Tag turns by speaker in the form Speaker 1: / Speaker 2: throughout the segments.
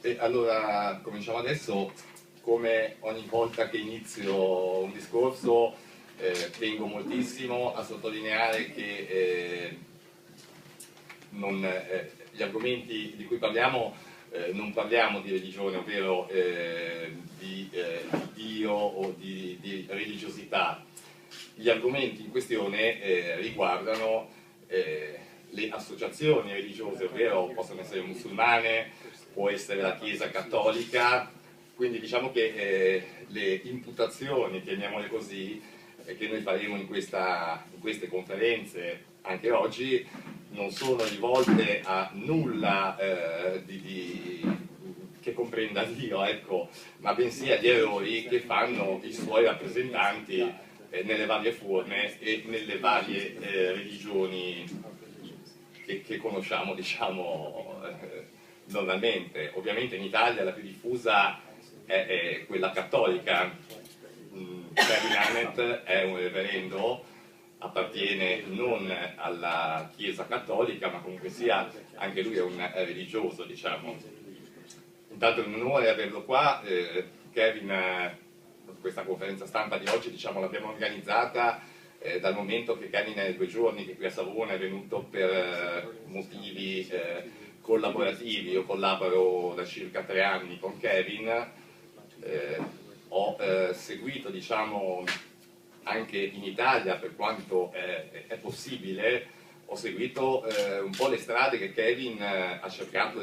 Speaker 1: E allora cominciamo adesso. Come ogni volta che inizio un discorso tengo moltissimo a sottolineare che gli argomenti di cui parliamo non parliamo di religione, ovvero di Dio o di religiosità. Gli argomenti in questione riguardano le associazioni religiose, ovvero possono essere musulmane, può essere la Chiesa cattolica, quindi diciamo che le imputazioni, chiamiamole così, che noi faremo in queste conferenze anche oggi non sono rivolte a nulla che comprenda Dio, ecco, ma bensì agli errori che fanno i suoi rappresentanti nelle varie forme e nelle varie religioni che conosciamo, diciamo, normalmente. Ovviamente in Italia la più diffusa è quella cattolica. Kevin Annett è un reverendo, appartiene non alla Chiesa cattolica, ma comunque sia anche lui è un religioso, diciamo. Intanto è un onore averlo qua. Kevin, questa conferenza stampa di oggi, diciamo, l'abbiamo organizzata dal momento che Kevin è 2 giorni che qui a Savona è venuto per motivi collaborativi. Io collaboro da circa 3 anni con Kevin. Ho seguito, diciamo, anche in Italia, per quanto è possibile, ho seguito un po' le strade che Kevin ha cercato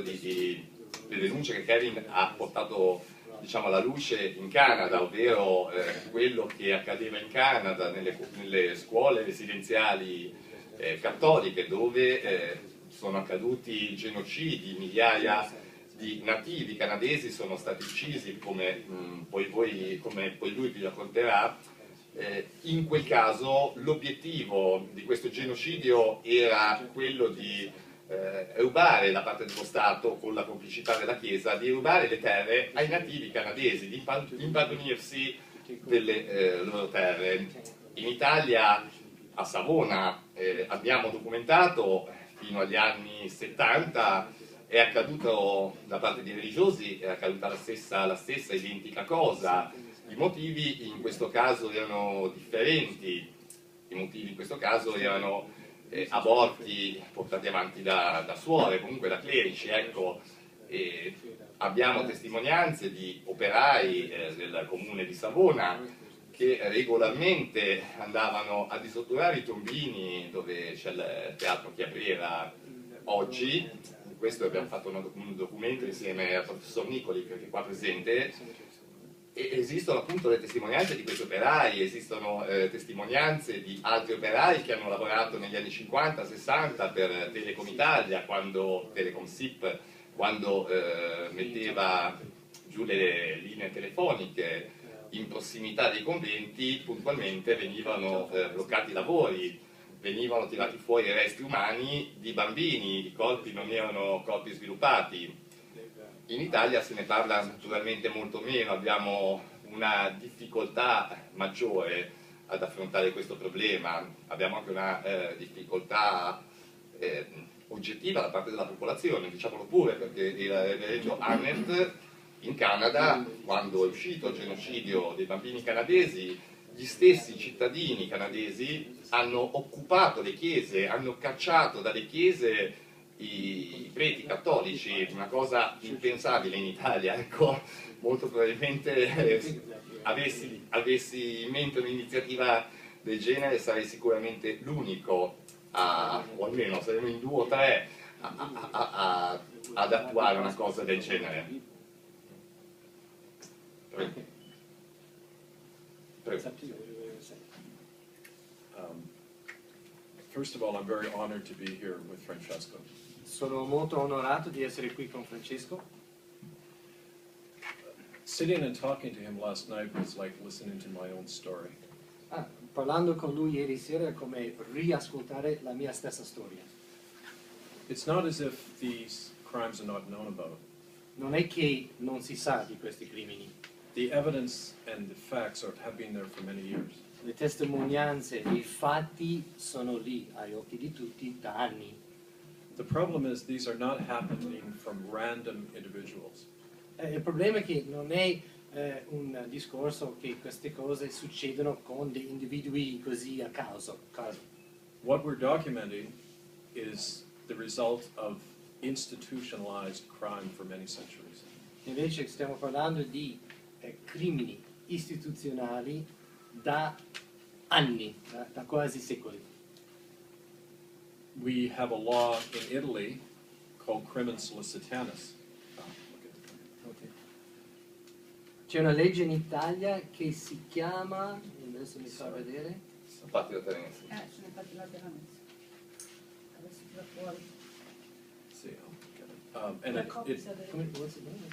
Speaker 1: le denunce che Kevin ha portato, diciamo, alla luce in Canada, ovvero quello che accadeva in Canada nelle scuole residenziali cattoliche, dove sono accaduti genocidi, migliaia di nativi canadesi sono stati uccisi, come poi lui vi racconterà. In quel caso l'obiettivo di questo genocidio era quello di rubare da parte dello Stato, con la complicità della Chiesa, di rubare le terre ai nativi canadesi, di impadronirsi delle loro terre. In Italia, a Savona, abbiamo documentato fino agli anni 70 è accaduto da parte di religiosi, è accaduta la stessa identica cosa. I motivi in questo caso erano differenti, i motivi in questo caso erano aborti portati avanti da suore, comunque da clerici, ecco. Abbiamo testimonianze di operai del comune di Savona che regolarmente andavano a distrutturare i tombini dove c'è il teatro Chiabrera oggi. Questo abbiamo fatto un documento insieme al professor Nicoli, che è qua presente, e esistono appunto le testimonianze di questi operai, esistono testimonianze di altri operai che hanno lavorato negli anni 50-60 per Telecom Italia, Telecom SIP, quando metteva giù le linee telefoniche in prossimità dei conventi. Puntualmente venivano bloccati i lavori, venivano tirati fuori resti umani di bambini, i corpi non erano corpi sviluppati. In Italia se ne parla naturalmente molto meno, abbiamo una difficoltà maggiore ad affrontare questo problema, abbiamo anche una difficoltà oggettiva da parte della popolazione, diciamolo pure, perché il reverendo Annett in Canada, quando è uscito il genocidio dei bambini canadesi, gli stessi cittadini canadesi hanno occupato le chiese, hanno cacciato dalle chiese i preti cattolici, una cosa impensabile in Italia, ecco. Molto probabilmente avessi in mente un'iniziativa del genere sarei sicuramente l'unico, o almeno saremo in 2 o 3 ad attuare una cosa del genere. Prego.
Speaker 2: First of all, I'm very honored to be here with Francesco.
Speaker 3: Sono molto onorato di essere qui con Francesco.
Speaker 2: Sitting and talking to him last night was like listening to my own story.
Speaker 3: Parlando con lui ieri sera è come riascoltare la mia stessa storia.
Speaker 2: It's not as if these crimes are not known about.
Speaker 3: Non è che non si sa di questi crimini.
Speaker 2: The evidence and the facts have been there for many years.
Speaker 3: Le testimonianze e i fatti sono lì agli occhi di tutti da anni.
Speaker 2: The problem is these are not happening from random individuals.
Speaker 3: Il problema è che non è un discorso che queste cose succedono con degli individui così a caso.
Speaker 2: What we're documenting is the result of institutionalized crime for many centuries.
Speaker 3: Invece stiamo parlando di crimini istituzionali da anni, da quasi secoli.
Speaker 2: We have a law in Italy called crimen solicitanus.
Speaker 3: C'è una legge in Italia che si chiama, adesso mi fa vedere,
Speaker 1: Infatti lo tengo.
Speaker 4: Ce ne fatti la messa. Adesso tira fuori.
Speaker 2: See, I'll get it. And
Speaker 4: La
Speaker 2: it,
Speaker 4: copia
Speaker 2: it,
Speaker 4: sarebbe-
Speaker 3: come what's it name?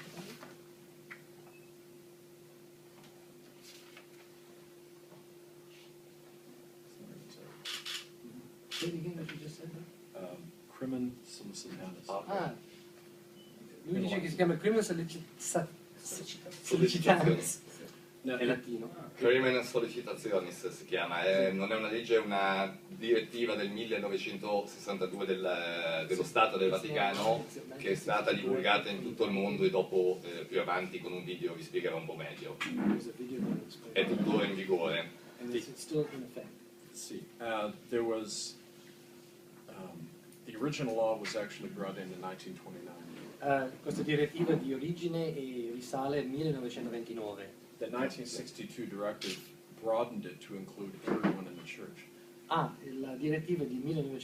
Speaker 3: Say it again what you just said.
Speaker 2: crimen solicitanus.
Speaker 3: Ah, lui dice che si chiama criminal
Speaker 4: Sollecitazione.
Speaker 3: solicitanus,
Speaker 2: Now,
Speaker 3: è latino.
Speaker 1: Crimen Sollicitationis si chiama, non è una legge, è una direttiva del 1962 dello Stato del Vaticano che è stata divulgata in tutto il mondo e dopo più avanti con un video vi spiegherò un po' meglio.
Speaker 3: There's a video that explains.
Speaker 1: È tuttora in vigore.
Speaker 3: And it's still in effect.
Speaker 2: see, there was the original law was actually brought in 1929.
Speaker 3: Questa direttiva di origine risale al 1929.
Speaker 2: The 1962 directive broadened it to include everyone in the church.
Speaker 3: La direttiva di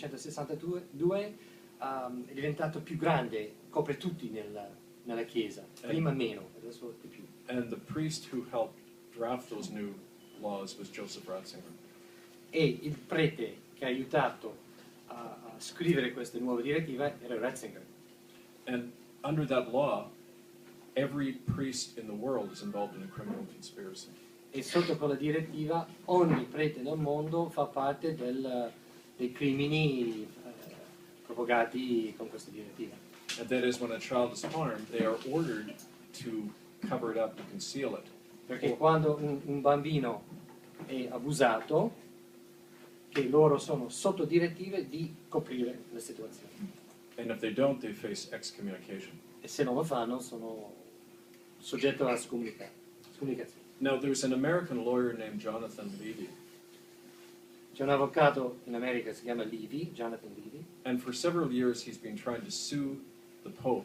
Speaker 3: 1962 è diventato più grande, copre tutti nella Chiesa, prima meno, adesso di più.
Speaker 2: And the priest who helped draft those new laws was Joseph Ratzinger.
Speaker 3: E il prete che ha aiutato a scrivere queste nuove direttive era Ratzinger.
Speaker 2: And under that law, every priest in the world is involved in a criminal conspiracy.
Speaker 3: E sotto quella direttiva ogni prete nel mondo fa parte dei crimini propagati con questa direttiva.
Speaker 2: And that is, when a child is harmed, they are ordered to cover it up, to conceal it.
Speaker 3: Perché quando un bambino è abusato, che loro sono sotto direttive di coprire la situazione.
Speaker 2: And if they don't, they face excommunication.
Speaker 3: E se non lo fanno sono soggetti alla scomunicazione.
Speaker 2: Now, there's an American lawyer named Jonathan Levy,
Speaker 3: C'è un avvocato in America che si chiama Levy, Jonathan Levy,
Speaker 2: and for several years he's been trying to sue the Pope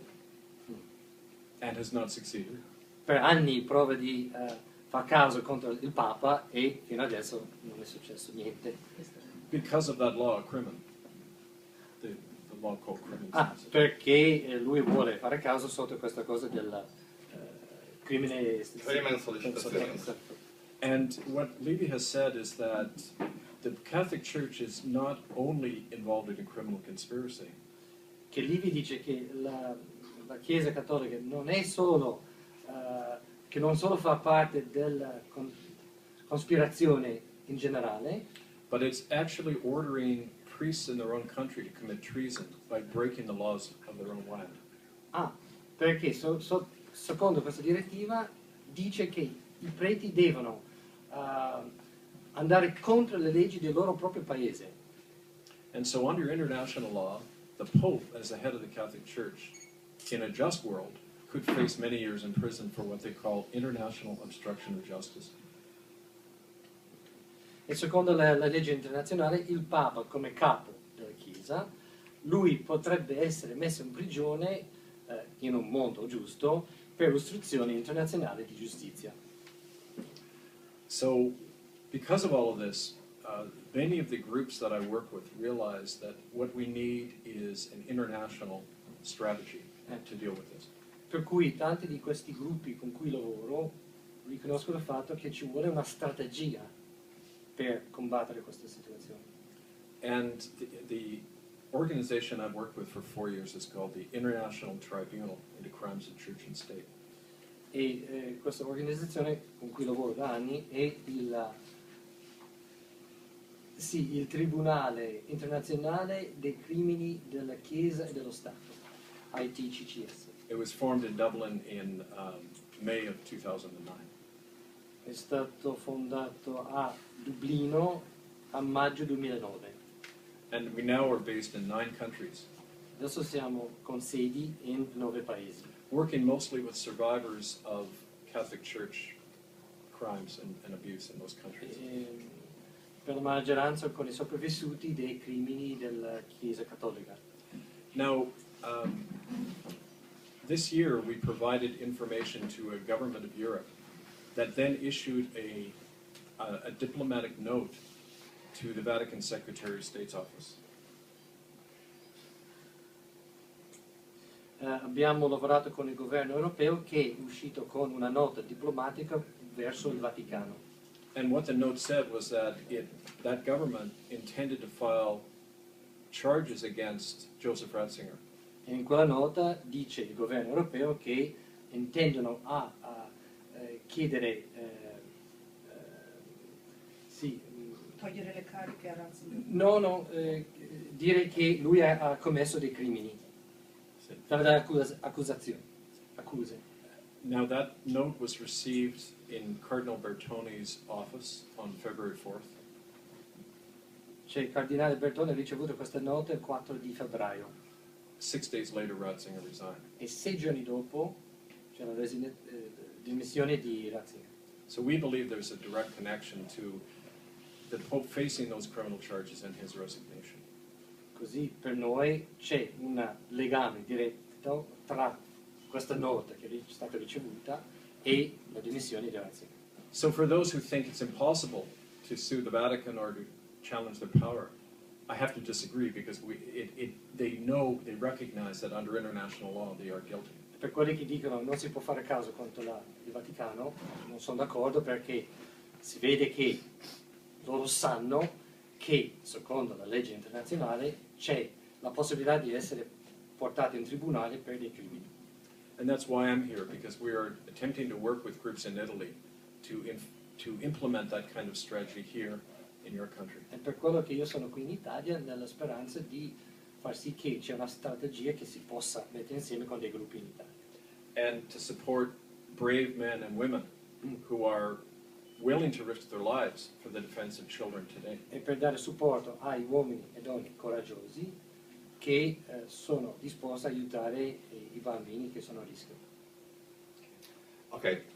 Speaker 2: and has not succeeded.
Speaker 3: per anni prova di far causa contro il Papa e fino adesso non è successo niente.
Speaker 2: Because of that law, crimen. The law called crimen.
Speaker 3: Perché lui vuole fare causa sotto questa cosa del crimine.
Speaker 1: Crimen Sollicitationis.
Speaker 2: And what Levy has said is that the Catholic Church is not only involved in a criminal conspiracy,
Speaker 3: Che Levy dice che la Chiesa Cattolica non è solo che non solo fa parte della cospirazione in generale,
Speaker 2: but it's actually ordering priests in their own country to commit treason by breaking the laws of their own land.
Speaker 3: perché secondo questa direttiva dice che i preti devono andare contro le leggi del loro proprio paese.
Speaker 2: And so under international law, the Pope, as the head of the Catholic Church, in a just world, could face many years in prison for what they call international obstruction of justice.
Speaker 3: E secondo la legge internazionale il Papa come capo della Chiesa, lui potrebbe essere messo in prigione in un mondo giusto per ostruzione internazionale di giustizia.
Speaker 2: So, because of all of this, many of the groups that I work with realize that what we need is an international strategy to deal with this.
Speaker 3: Per cui tanti di questi gruppi con cui lavoro riconoscono il fatto che ci vuole una strategia per combattere questa situazione.
Speaker 2: And the organization I've worked with for 4 years is called the International Tribunal into Crimes of Church and State.
Speaker 3: E questa organizzazione con cui lavoro da anni è il Tribunale Internazionale dei Crimini della Chiesa e dello Stato, ITCCS.
Speaker 2: It was formed in Dublin in May of 2009.
Speaker 3: È stato fondato a Dublino a maggio 2009.
Speaker 2: And we now are based in 9 countries.
Speaker 3: Adesso siamo con sedi in 9 paesi.
Speaker 2: working mostly with survivors of Catholic Church crimes and abuse in those countries.
Speaker 3: Per la maggioranza con i sopravvissuti dei crimini della Chiesa Cattolica.
Speaker 2: Now, this year we provided information to a government of Europe that then issued a diplomatic note to the Vatican Secretary of State's office.
Speaker 3: Abbiamo lavorato con il governo europeo che è uscito con una nota diplomatica verso il Vaticano.
Speaker 2: And what the note said was that that government intended to file charges against Joseph Ratzinger.
Speaker 3: E in quella nota dice il governo europeo che intendono chiedere
Speaker 4: Togliere le cariche a Ratzinger.
Speaker 3: dire che lui ha commesso dei crimini. Per dare accuse.
Speaker 2: Now that note was received in Cardinal Bertoni's office on February 4th.
Speaker 3: Cioè il cardinale Bertone ha ricevuto questa nota il 4 di febbraio.
Speaker 2: 6 days later, Ratzinger resigned.
Speaker 3: E 6 giorni dopo c'è la dimissione di Ratzinger.
Speaker 2: So we believe there's a direct connection to the Pope facing those criminal charges and his resignation.
Speaker 3: Così per noi c'è un legame diretto tra questa nota che è stata ricevuta e la dimissione di Ratzinger.
Speaker 2: So for those who think it's impossible to sue the Vatican or to challenge their power, I have to disagree because they recognize that under international law they are guilty.
Speaker 3: Per quelli che dicono non si può fare caso contro il Vaticano, non sono d'accordo perché si vede che loro sanno che secondo la legge internazionale c'è la possibilità di essere portati in tribunale per dei crimini.
Speaker 2: And that's why I'm here, because we are attempting to work with groups in Italy to implement that kind of strategy here in your country.
Speaker 3: È per quello che io sono qui in Italia, nella speranza di far sì che c'è una strategia che si possa mettere insieme con dei gruppi in Italia.
Speaker 2: And to support brave men and women who are willing to risk their lives for the defense of children today.
Speaker 3: E per dare supporto ai uomini e donne coraggiosi che sono disposti a aiutare i bambini che sono a rischio.
Speaker 1: Ok,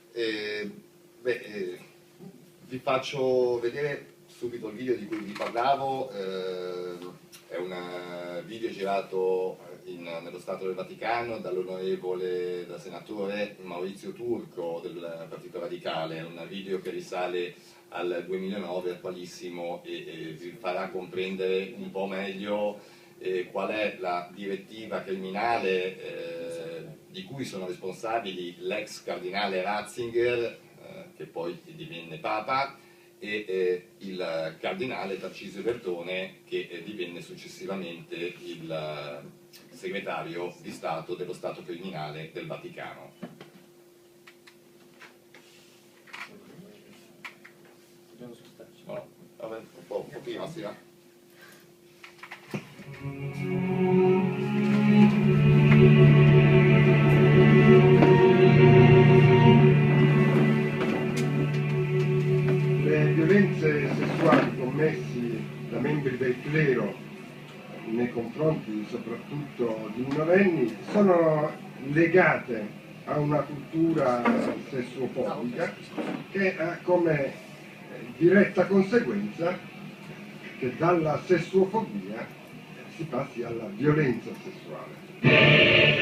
Speaker 1: vi faccio vedere subito il video di cui vi parlavo. È un video girato nello Stato del Vaticano dal senatore Maurizio Turco del Partito Radicale. È un video che risale al 2009, attualissimo, e vi farà comprendere un po' meglio qual è la direttiva criminale di cui sono responsabili l'ex cardinale Ratzinger, che poi divenne Papa, e il cardinale Tarcisio Bertone, che divenne successivamente il segretario di Stato dello Stato criminale del Vaticano.
Speaker 3: Dobbiamo spostarci.
Speaker 1: No, vabbè, un po' prima si va.
Speaker 5: Le violenze sessuali commessi da membri del clero nei confronti soprattutto di minorenni sono legate a una cultura sessuofobica che ha come diretta conseguenza che dalla sessuofobia si passi alla violenza sessuale.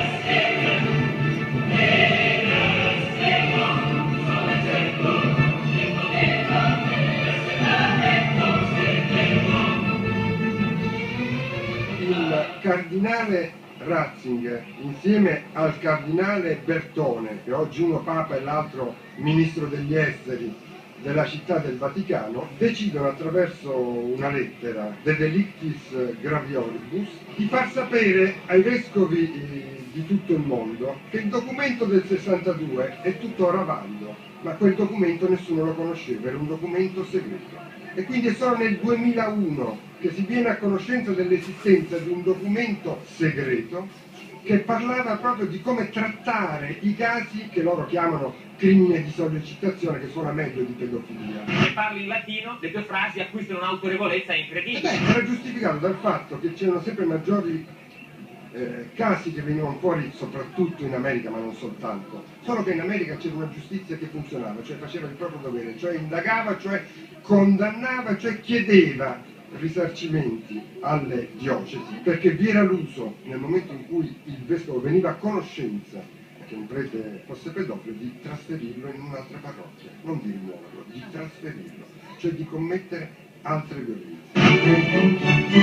Speaker 5: Il cardinale Ratzinger, insieme al cardinale Bertone, che oggi uno Papa e l'altro Ministro degli Esteri della Città del Vaticano, decidono attraverso una lettera De Delictis Gravioribus di far sapere ai vescovi di tutto il mondo che il documento del 62 è tuttora valido, ma quel documento nessuno lo conosceva, era un documento segreto. E quindi è solo nel 2001 che si viene a conoscenza dell'esistenza di un documento segreto che parlava proprio di come trattare i casi che loro chiamano crimine di sollecitazione, che suona meglio di pedofilia.
Speaker 6: Se parli in latino, le tue frasi acquistano un'autorevolezza incredibile.
Speaker 5: Era giustificato dal fatto che c'erano sempre maggiori casi che venivano fuori soprattutto in America, ma non soltanto, solo che in America c'era una giustizia che funzionava, cioè faceva il proprio dovere, cioè indagava, cioè condannava, cioè chiedeva risarcimenti alle diocesi, perché vi era l'uso, nel momento in cui il vescovo veniva a conoscenza che un prete fosse pedofilo, di trasferirlo in un'altra parrocchia, non di rimuoverlo, di trasferirlo, cioè di commettere altre violenze.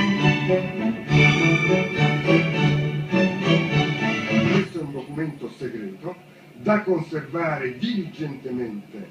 Speaker 5: Questo è un documento segreto da conservare diligentemente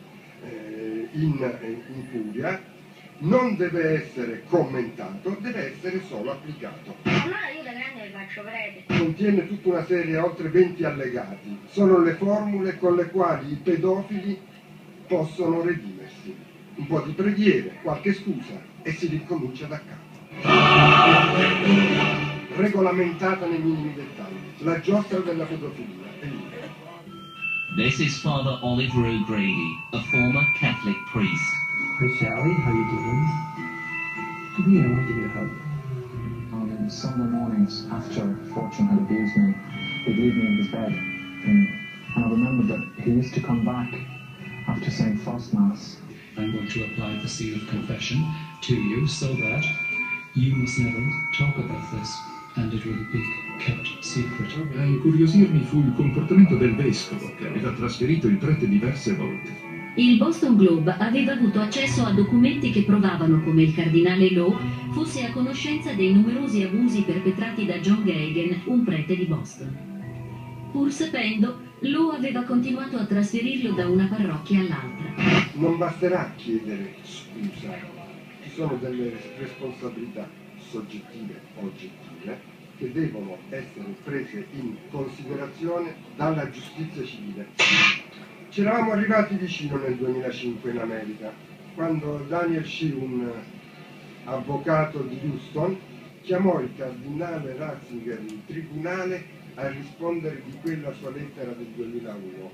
Speaker 5: in curia, non deve essere commentato, deve essere solo applicato.
Speaker 7: Allora io da grande le faccio prete.
Speaker 5: Contiene tutta una serie, oltre 20 allegati. Sono le formule con le quali i pedofili possono redimersi. Un po' di preghiere, qualche scusa e si ricomincia da capo. Regolamentata nei minimi dettagli. La giostra della pedofilia. È lì.
Speaker 8: This is Father Oliver O'Grady, a former Catholic priest.
Speaker 9: Hi Sally, how you doing? Come here, I want to get a hug.
Speaker 10: On Sunday mornings after Fortune had abused me, he'd leave me in his bed. And I remember that he used to come back after saying first mass.
Speaker 9: I'm going to apply the seal of confession to you so that you must never talk about this and it will be kept secret.
Speaker 11: A incuriosirmi fu il comportamento del vescovo che aveva trasferito il prete diverse volte.
Speaker 12: Il Boston Globe aveva avuto accesso a documenti che provavano come il cardinale Lowe fosse a conoscenza dei numerosi abusi perpetrati da John Gagan, un prete di Boston. Pur sapendo, Lowe aveva continuato a trasferirlo da una parrocchia all'altra.
Speaker 5: Non basterà chiedere scusa, ci sono delle responsabilità soggettive o oggettive che devono essere prese in considerazione dalla giustizia civile. Ci eravamo arrivati vicino nel 2005 in America, quando Daniel Shih, un avvocato di Houston, chiamò il cardinale Ratzinger in tribunale a rispondere di quella sua lettera del 2001.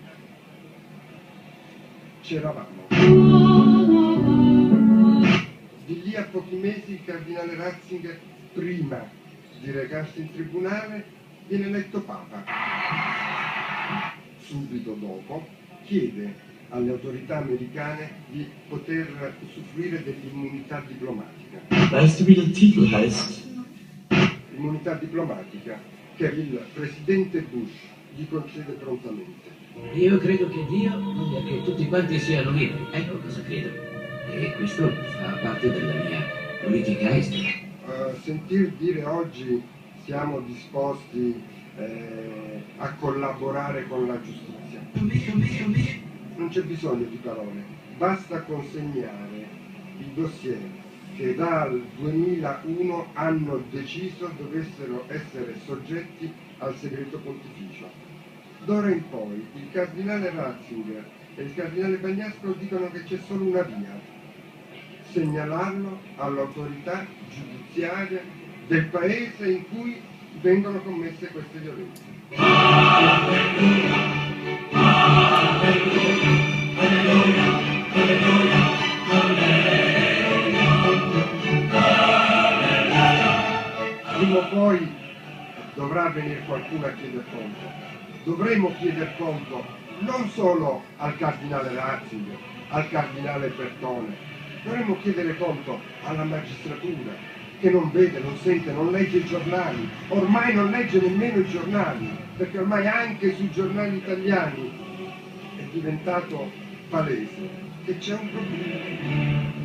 Speaker 5: C'eravamo. Di lì a pochi mesi il cardinale Ratzinger, prima di recarsi in tribunale, viene eletto Papa. Subito dopo chiede alle autorità americane di poter usufruire dell'immunità diplomatica.
Speaker 13: Weißt du, wie der Titel heißt?
Speaker 5: Immunità diplomatica che il presidente Bush gli concede prontamente.
Speaker 13: Io credo che Dio voglia che tutti quanti siano liberi, ecco cosa credo. E questo fa parte della mia politica estera.
Speaker 5: Sentir dire oggi siamo disposti a collaborare con la giustizia. Non c'è bisogno di parole, basta consegnare i dossier che dal 2001 hanno deciso dovessero essere soggetti al segreto pontificio. D'ora in poi il cardinale Ratzinger e il cardinale Bagnasco dicono che c'è solo una via: segnalarlo all'autorità giudiziaria del paese in cui vengono commesse queste violenze. Prima o poi dovrà venire qualcuno a chiedere conto. Dovremo chiedere conto non solo al cardinale Ratzinger, al cardinale Bertone, dovremo chiedere conto alla magistratura, che non vede, non sente, non legge i giornali, ormai non legge nemmeno i giornali, perché ormai anche sui giornali italiani è diventato palese che c'è un problema.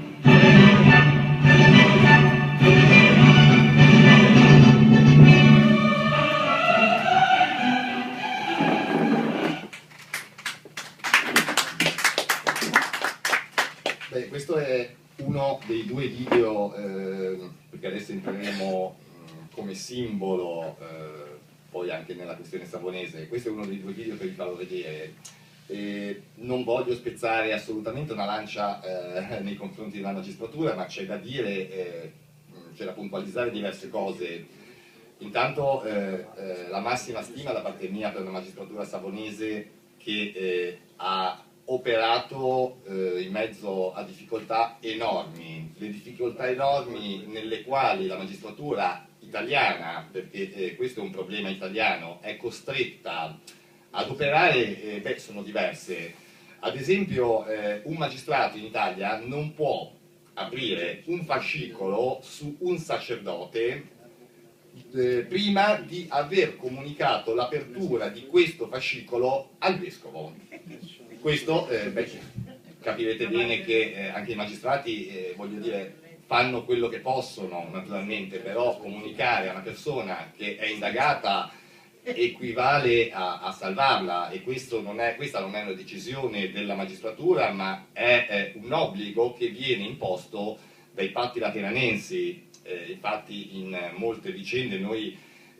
Speaker 1: Beh, questo è uno dei due video, perché adesso entreremo come simbolo poi anche nella questione savonese. Questo è uno dei due video che vi farò vedere. Non voglio spezzare assolutamente una lancia nei confronti della magistratura, ma c'è da dire, c'è da puntualizzare diverse cose. Intanto la massima stima da parte mia per la magistratura savonese, che ha operato in mezzo a difficoltà enormi, le difficoltà enormi nelle quali la magistratura italiana, perché questo è un problema italiano, è costretta ad operare, sono diverse. Ad esempio un magistrato in Italia non può aprire un fascicolo su un sacerdote prima di aver comunicato l'apertura di questo fascicolo al vescovo. Questo, capirete bene che anche i magistrati, voglio dire, fanno quello che possono naturalmente, però comunicare a una persona che è indagata equivale a salvarla, e questa non è una decisione della magistratura, ma è un obbligo che viene imposto dai patti lateranensi. Infatti in molte vicende noi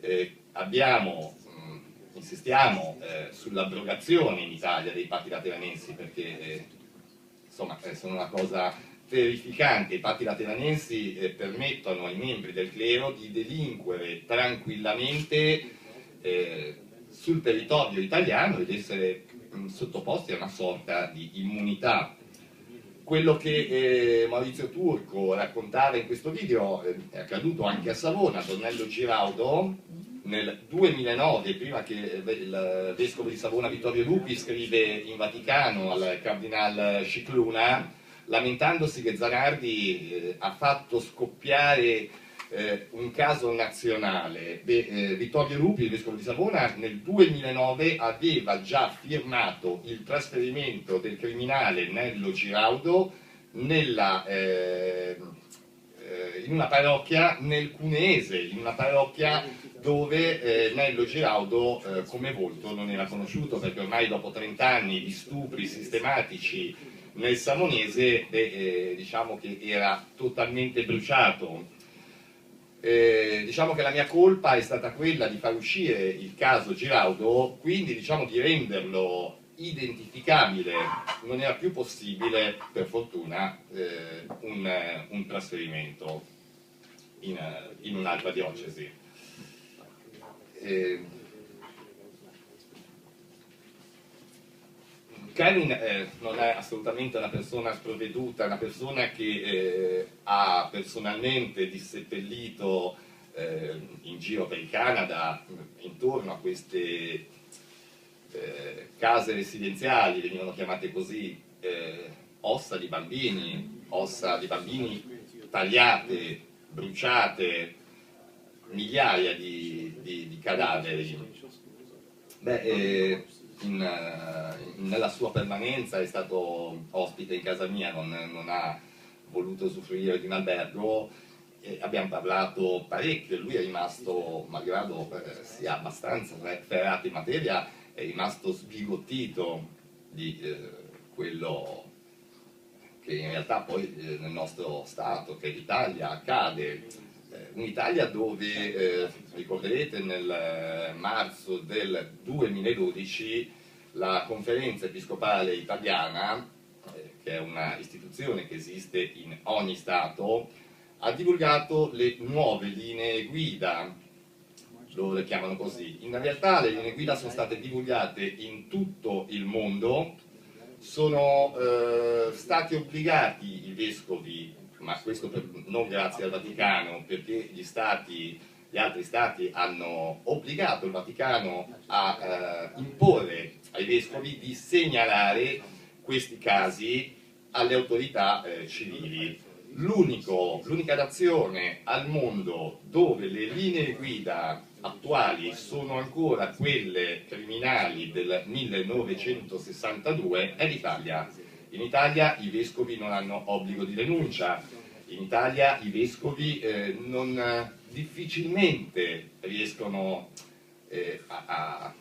Speaker 1: insistiamo sull'abrogazione in Italia dei patti lateranensi, perché insomma sono una cosa terrificante. I patti lateranensi permettono ai membri del clero di delinquere tranquillamente sul territorio italiano ed essere sottoposti a una sorta di immunità. Quello che Maurizio Turco raccontava in questo video è accaduto anche a Savona. Tornello Giraudo nel 2009, prima che il vescovo di Savona Vittorio Lupi scrive in Vaticano al cardinal Scicluna lamentandosi che Zanardi ha fatto scoppiare un caso nazionale. Vittorio Lupi, il vescovo di Savona, nel 2009 aveva già firmato il trasferimento del criminale Nello Giraudo in una parrocchia nel Cuneese, in una parrocchia dove Nello Giraudo come volto non era conosciuto, perché ormai dopo 30 anni di stupri sistematici nel Samonese diciamo che era totalmente bruciato. Diciamo che la mia colpa è stata quella di far uscire il caso Giraudo, quindi diciamo di renderlo identificabile. Non era più possibile, per fortuna, un trasferimento in un'altra diocesi. Kevin non è assolutamente una persona sprovveduta, è una persona che ha personalmente disseppellito in giro per il Canada, intorno a queste case residenziali, venivano chiamate così, ossa di bambini tagliate, bruciate, migliaia di cadaveri. Nella sua permanenza è stato ospite in casa mia, non ha voluto usufruire di un albergo, abbiamo parlato parecchio e lui è rimasto, malgrado sia abbastanza ferrato in materia, è rimasto sbigottito di quello che in realtà poi nel nostro Stato, che è l'Italia, accade. Un'Italia dove, ricorderete, nel marzo del 2012 la Conferenza Episcopale Italiana, che è una istituzione che esiste in ogni Stato, ha divulgato le nuove linee guida, loro le chiamano così. In realtà le linee guida sono state divulgate in tutto il mondo, sono stati obbligati i vescovi, ma questo non grazie al Vaticano, perché gli altri stati hanno obbligato il Vaticano a imporre ai vescovi di segnalare questi casi alle autorità civili. L'unica nazione al mondo dove le linee guida attuali sono ancora quelle criminali del 1962 è l'Italia. In Italia i vescovi non hanno obbligo di denuncia, in Italia i vescovi difficilmente riescono a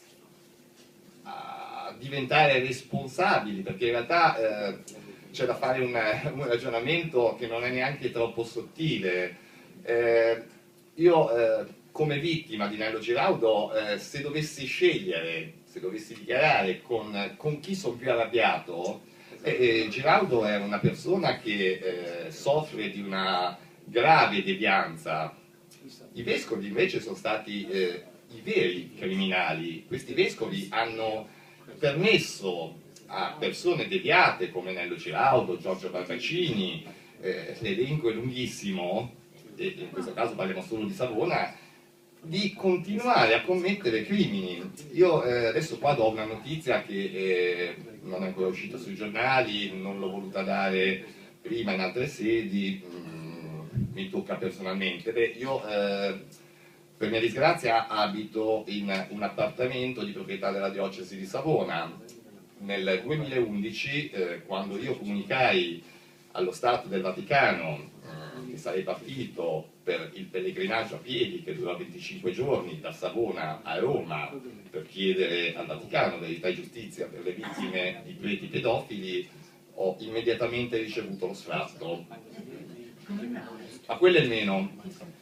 Speaker 1: diventare responsabili, perché in realtà c'è da fare un ragionamento che non è neanche troppo sottile. Io come vittima di Nello Giraudo, se dovessi scegliere, se dovessi dichiarare con chi sono più arrabbiato, Giraudo è una persona che soffre di una grave devianza. I vescovi invece sono stati i veri criminali. Questi vescovi hanno permesso a persone deviate come Nello Giraudo, Giorgio Barbaccini, l'elenco è lunghissimo, e in questo caso parliamo solo di Savona, di continuare a commettere crimini. Io adesso qua do una notizia che non è ancora uscita sui giornali, non l'ho voluta dare prima in altre sedi, mi tocca personalmente. Io per mia disgrazia abito in un appartamento di proprietà della diocesi di Savona. Nel 2011, quando io comunicai allo Stato del Vaticano che sarei partito per il pellegrinaggio a piedi che durò 25 giorni da Savona a Roma per chiedere al Vaticano verità e giustizia per le vittime di preti pedofili, ho immediatamente ricevuto lo sfratto. Ma quello è il meno.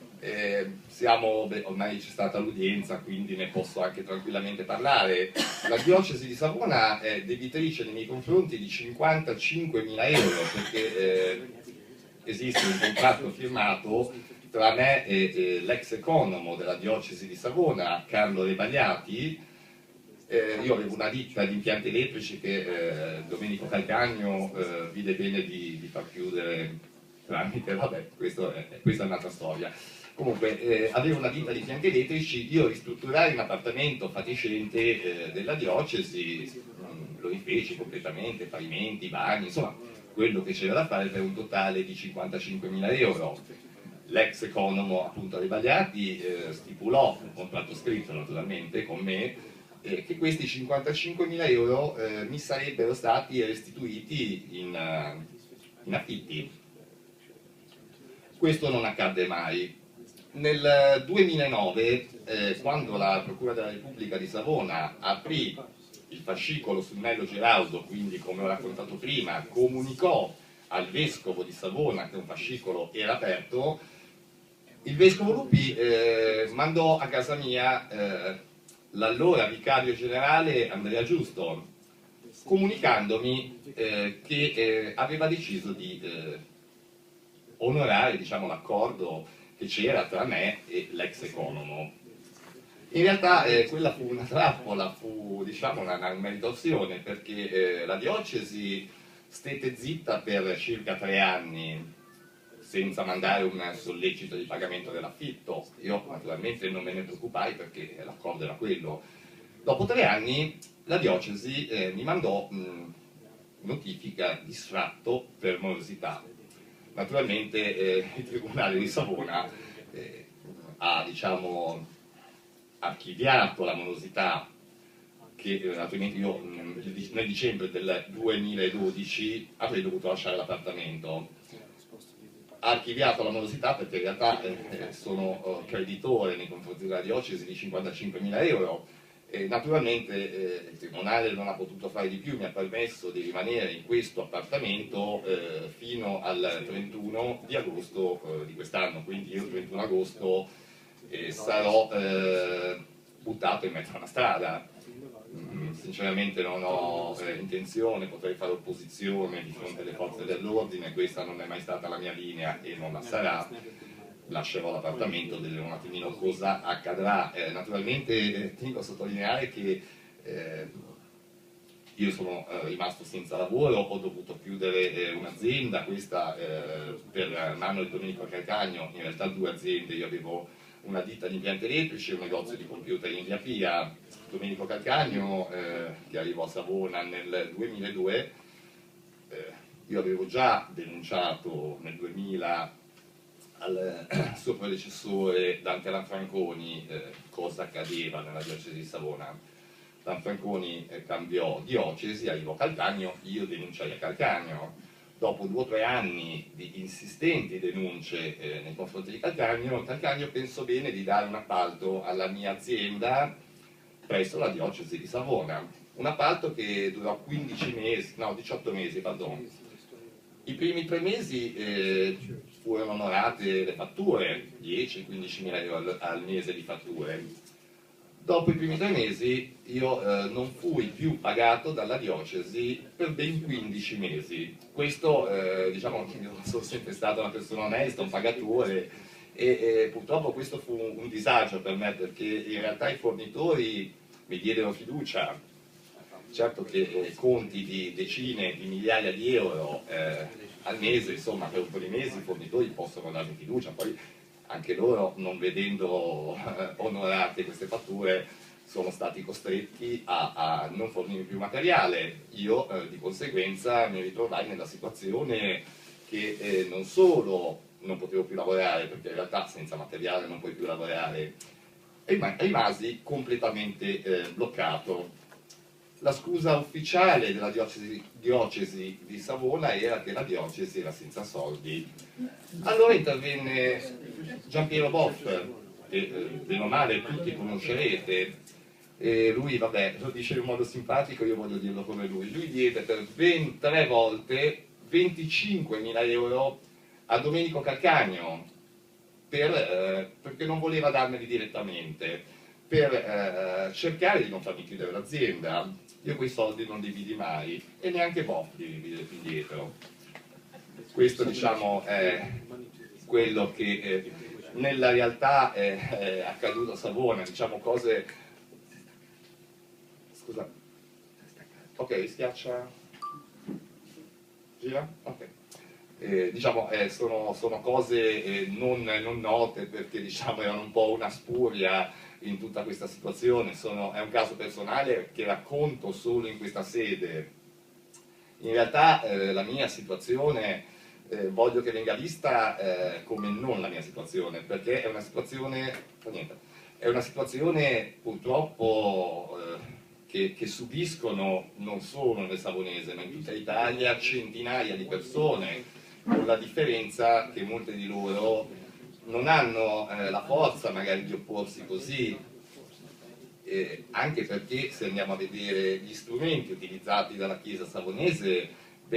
Speaker 1: Ormai c'è stata l'udienza, quindi ne posso anche tranquillamente parlare. La diocesi di Savona è debitrice nei miei confronti di 55.000 euro, perché esiste un contratto firmato tra me e l'ex economo della diocesi di Savona, Carlo Rebagliati. Io avevo una ditta di impianti elettrici che Domenico Calcagno vide bene di far chiudere tramite, vabbè, questa è un'altra storia. Comunque, avevo una ditta di impianti elettrici, io ristrutturai un appartamento fatiscente della diocesi, lo rifeci completamente, pavimenti, bagni, insomma, quello che c'era da fare per un totale di 55.000 euro. L'ex economo, appunto, Rebagliati stipulò un contratto scritto, naturalmente, con me, che questi 55.000 euro mi sarebbero stati restituiti in affitti. Questo non accadde mai. Nel 2009, quando la Procura della Repubblica di Savona aprì il fascicolo sul Nello Geraudo, quindi come ho raccontato prima, comunicò al Vescovo di Savona che un fascicolo era aperto, il Vescovo Lupi mandò a casa mia l'allora vicario generale Andrea Giusto, comunicandomi che aveva deciso di onorare, diciamo, l'accordo che c'era tra me e l'ex economo. In realtà quella fu una trappola, fu, diciamo, una meditazione, perché la diocesi stette zitta per circa 3 anni senza mandare un sollecito di pagamento dell'affitto. Io naturalmente non me ne preoccupai perché l'accordo era quello. Dopo 3 anni la diocesi mi mandò notifica di sfratto per morosità. Naturalmente il Tribunale di Savona ha, diciamo, archiviato la morosità che naturalmente io nel dicembre del 2012 avrei dovuto lasciare l'appartamento. Ha archiviato la morosità perché in realtà sono creditore nei confronti della diocesi di 55.000 euro. Naturalmente il Tribunale non ha potuto fare di più, mi ha permesso di rimanere in questo appartamento fino al 31 di agosto di quest'anno, quindi io il 31 agosto sarò buttato in mezzo a una strada. Sinceramente non ho intenzione, potrei fare opposizione di fronte alle forze dell'ordine, questa non è mai stata la mia linea e non la sarà. Lascerò l'appartamento, vedremo un attimino cosa accadrà. Naturalmente tengo a sottolineare che io sono rimasto senza lavoro, ho dovuto chiudere un'azienda, questa per mano di Domenico Calcagno, in realtà 2 aziende, io avevo una ditta di impianti elettrici e un negozio di computer in via Pia. Domenico Calcagno, che arrivò a Savona nel 2002, io avevo già denunciato nel 2000 al suo predecessore Dante Lanfranconi cosa accadeva nella diocesi di Savona. Lanfranconi cambiò diocesi, arrivò Calcagno, io denunciai a Calcagno. Dopo 2 o 3 anni di insistenti denunce nei confronti di Calcagno, Calcagno pensò bene di dare un appalto alla mia azienda presso la diocesi di Savona. Un appalto che durò 18 mesi, pardon. I primi 3 mesi furono onorate le fatture, 10-15.000 euro al mese di fatture. Dopo i primi 3 mesi io non fui più pagato dalla diocesi per ben 15 mesi. Questo, diciamo, io sono sempre stato una persona onesta, un pagatore, e purtroppo questo fu un disagio per me, perché in realtà i fornitori mi diedero fiducia. Certo che conti di decine di migliaia di euro al mese, insomma, per un po' di mesi i fornitori possono darmi fiducia, poi anche loro, non vedendo onorate queste fatture, sono stati costretti a non fornire più materiale. Io di conseguenza mi ritrovai nella situazione che non solo non potevo più lavorare, perché in realtà senza materiale non puoi più lavorare, e rimasi completamente bloccato. La scusa ufficiale della diocesi di Savona era che la diocesi era senza soldi. Allora intervenne Giampiero Boffer, che bene o male tutti conoscerete, e lui, vabbè, lo dice in modo simpatico, io voglio dirlo come lui. Lui diede per ben 3 volte 25.000 euro a Domenico Calcagno perché non voleva darmeli direttamente, per cercare di non farmi chiudere l'azienda. Io quei soldi non li vidi mai, e neanche Boff li vide più indietro. Questo, diciamo, è quello che nella realtà è accaduto a Savona, diciamo cose... Scusa. Ok, schiaccia. Gira? Ok. Diciamo, sono cose non note, perché diciamo erano un po' una spuria in tutta questa situazione. È un caso personale che racconto solo in questa sede. In realtà la mia situazione voglio che venga vista come non la mia situazione, perché è una situazione purtroppo che subiscono non solo nel Savonese, ma in tutta Italia centinaia di persone, con la differenza che molte di loro non hanno la forza magari di opporsi così, anche perché se andiamo a vedere gli strumenti utilizzati dalla Chiesa savonese,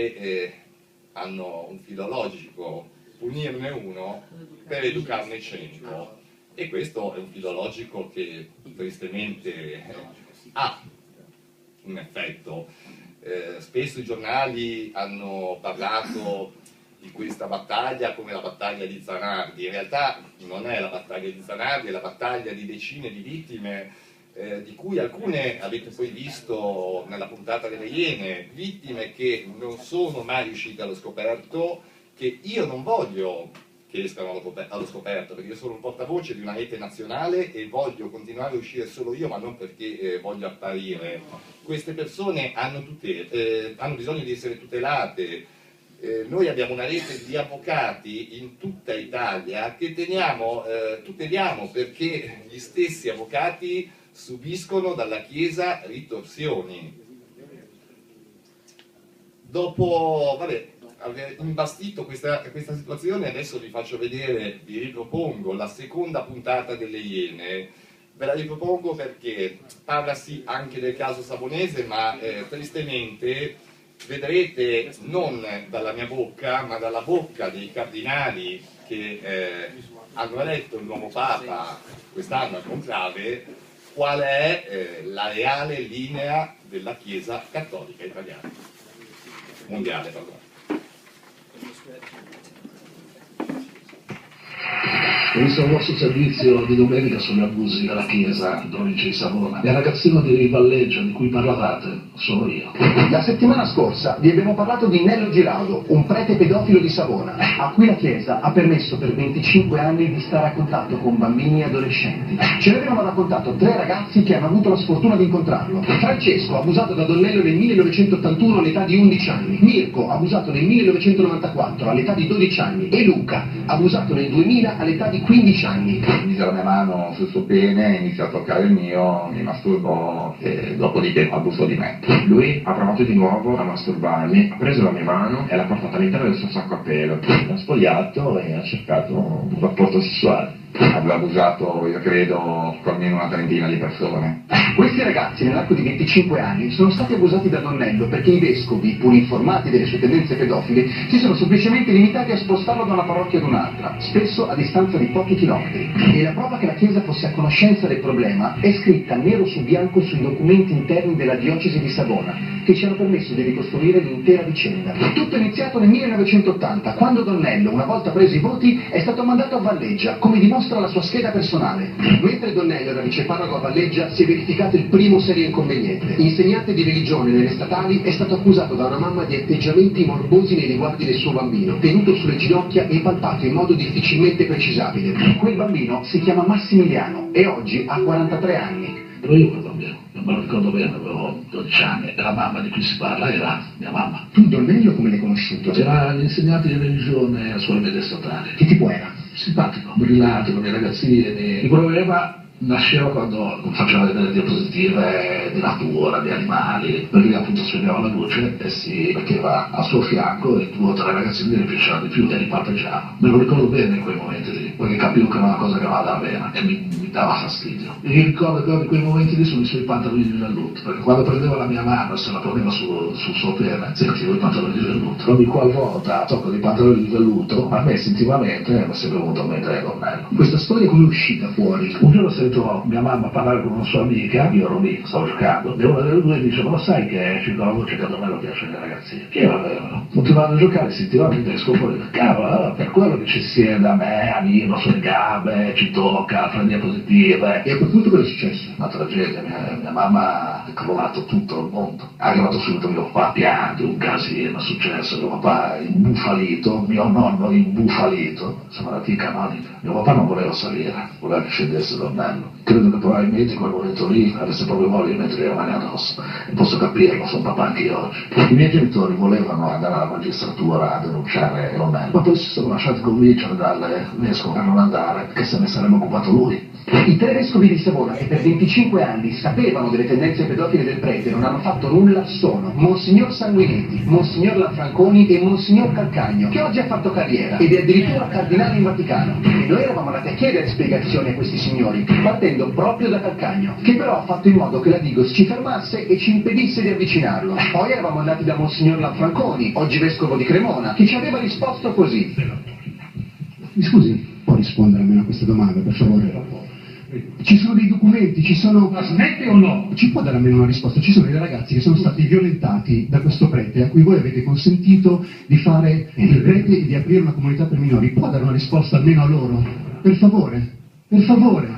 Speaker 1: hanno un filo logico: punirne uno per educarne 100, e questo è un filo logico che tristemente ha un effetto. Spesso i giornali hanno parlato di questa battaglia come la battaglia di Zanardi. In realtà non è la battaglia di Zanardi, è la battaglia di decine di vittime, di cui alcune avete poi visto nella puntata delle Iene, vittime che non sono mai riuscite allo scoperto, che io non voglio che escano allo scoperto, perché io sono un portavoce di una rete nazionale e voglio continuare a uscire solo io, ma non perché voglio apparire. Queste persone hanno bisogno di essere tutelate. Noi abbiamo una rete di avvocati in tutta Italia che tuteliamo, perché gli stessi avvocati subiscono dalla Chiesa ritorsioni. Dopo aver imbastito questa situazione, adesso vi faccio vedere, vi ripropongo la seconda puntata delle Iene. Ve la ripropongo perché parla sì anche del caso savonese, ma tristemente vedrete non dalla mia bocca, ma dalla bocca dei cardinali che hanno eletto il nuovo Papa quest'anno al conclave, qual è la reale linea della Chiesa cattolica italiana, mondiale, pardon.
Speaker 14: Ho visto il vostro servizio di domenica sugli abusi della Chiesa in provincia di Savona. Il ragazzino di Rivalleggio di cui parlavate sono io.
Speaker 15: La settimana scorsa vi abbiamo parlato di Nello Giraudo, un prete pedofilo di Savona, a cui la Chiesa ha permesso per 25 anni di stare a contatto con bambini e adolescenti. Ce ne avevano raccontato 3 ragazzi che hanno avuto la sfortuna di incontrarlo. Francesco, abusato da Donnello nel 1981 all'età di 11 anni. Mirko, abusato nel 1994 all'età di 12 anni. E Luca, abusato nel 2000 all'età di 15 anni.
Speaker 16: Mise la mia mano sul suo pene, iniziò a toccare il mio, mi masturbò e dopodiché abusò di me. Lui ha provato di nuovo a masturbarmi, ha preso la mia mano e l'ha portata all'interno del suo sacco a pelo. L'ha spogliato e ha cercato un rapporto sessuale. Aveva abusato, io credo, con almeno una trentina di persone.
Speaker 15: Questi ragazzi nell'arco di 25 anni sono stati abusati da Donnello perché i vescovi, pur informati delle sue tendenze pedofile, si sono semplicemente limitati a spostarlo da una parrocchia ad un'altra, spesso a distanza di pochi chilometri. E la prova che la Chiesa fosse a conoscenza del problema è scritta nero su bianco sui documenti interni della diocesi di Savona, che ci hanno permesso di ricostruire l'intera vicenda. Tutto è iniziato nel 1980, quando Donnello, una volta preso i voti, è stato mandato a Valleggia, come dimostra mostra la sua scheda personale. Mentre Donnello era viceparroco a Valleggia si è verificato il primo serio inconveniente. Insegnante di religione nelle statali è stato accusato da una mamma di atteggiamenti morbosi nei riguardi del suo bambino, tenuto sulle ginocchia e palpato in modo difficilmente precisabile. Quel bambino si chiama Massimiliano e oggi ha 43 anni.
Speaker 14: Ero io quel bambino, non me lo ricordo bene, avevo 12 anni, e la mamma di cui si parla era mia mamma.
Speaker 15: Tu Donnello come l'hai conosciuto?
Speaker 14: Era l'insegnante di religione sulle medie statali.
Speaker 15: Che tipo era?
Speaker 14: Simpatico, brillante, con i ragazzini. Il problema nasceva quando faceva delle diapositive di natura, di animali, perché appunto spegneva la luce e si metteva al suo fianco e 2 o 3 ragazzini gli piacevano di più e li palpeggiava. Me lo ricordo bene in quei momenti lì, perché capivo che era una cosa che non andava bene e mi dava fastidio. E mi ricordo che in quei momenti lì sono i suoi pantaloni di velluto, perché quando prendeva la mia mano e se la poneva sul suo pene, sentivo i pantaloni di velluto. Ogni qualvolta tocco dei pantaloni di velluto, a me istintivamente mi è sempre venuto a mente Donnello.
Speaker 15: Questa storia come è uscita fuori?
Speaker 14: Un giorno sento mia mamma parlare con una sua amica, io ero lì, stavo giocando, e una delle due dice: ma lo sai che ci la voce che a Donnello piacciono i ragazzini? Che io continuando a giocare, sentivamo il tedesco fuori, cavolo, per quello che ci siede da me, a Nino, sulle gambe, ci tocca, fa le diapositive.
Speaker 15: E a quel punto cosa è successo?
Speaker 14: Una tragedia, mia mamma ha crollato tutto il mondo. Ha chiamato subito mio papà, piange, un casino è successo, mio papà imbufalito, mio nonno imbufalito, siamo andati in canonica. Mio papà non voleva salire, voleva che scendesse Donnello. Credo che probabilmente in quel momento lì avesse proprio voglia di mettere le mani addosso. E posso capirlo, sono papà anche io oggi. I miei genitori volevano andare alla magistratura a denunciare Donnello, ma poi si sono lasciati convincere dal vescovo a non andare, che se ne sarebbe occupato lui.
Speaker 15: I 3 vescovi di Savona, che per 25 anni sapevano delle tendenze pedofile del prete e non hanno fatto nulla, sono Monsignor Sanguinetti, Monsignor Lanfranconi e Monsignor Calcagno, che oggi ha fatto carriera ed è addirittura cardinale in Vaticano. E noi eravamo andati a chiedere spiegazioni a questi signori, partendo proprio da Calcagno, che però ha fatto in modo che la Digos ci fermasse e ci impedisse di avvicinarlo. Poi eravamo andati da Monsignor Lanfranconi, oggi vescovo di Cremona, che ci aveva risposto così.
Speaker 17: Mi scusi, può rispondere almeno a questa domanda, per favore? Ci sono dei documenti, ci sono...
Speaker 14: Ma smette o no?
Speaker 17: Ci può dare almeno una risposta? Ci sono dei ragazzi che sono stati violentati da questo prete a cui voi avete consentito di fare il prete e di aprire una comunità per minori. Può dare una risposta almeno a loro? Per favore? Per favore?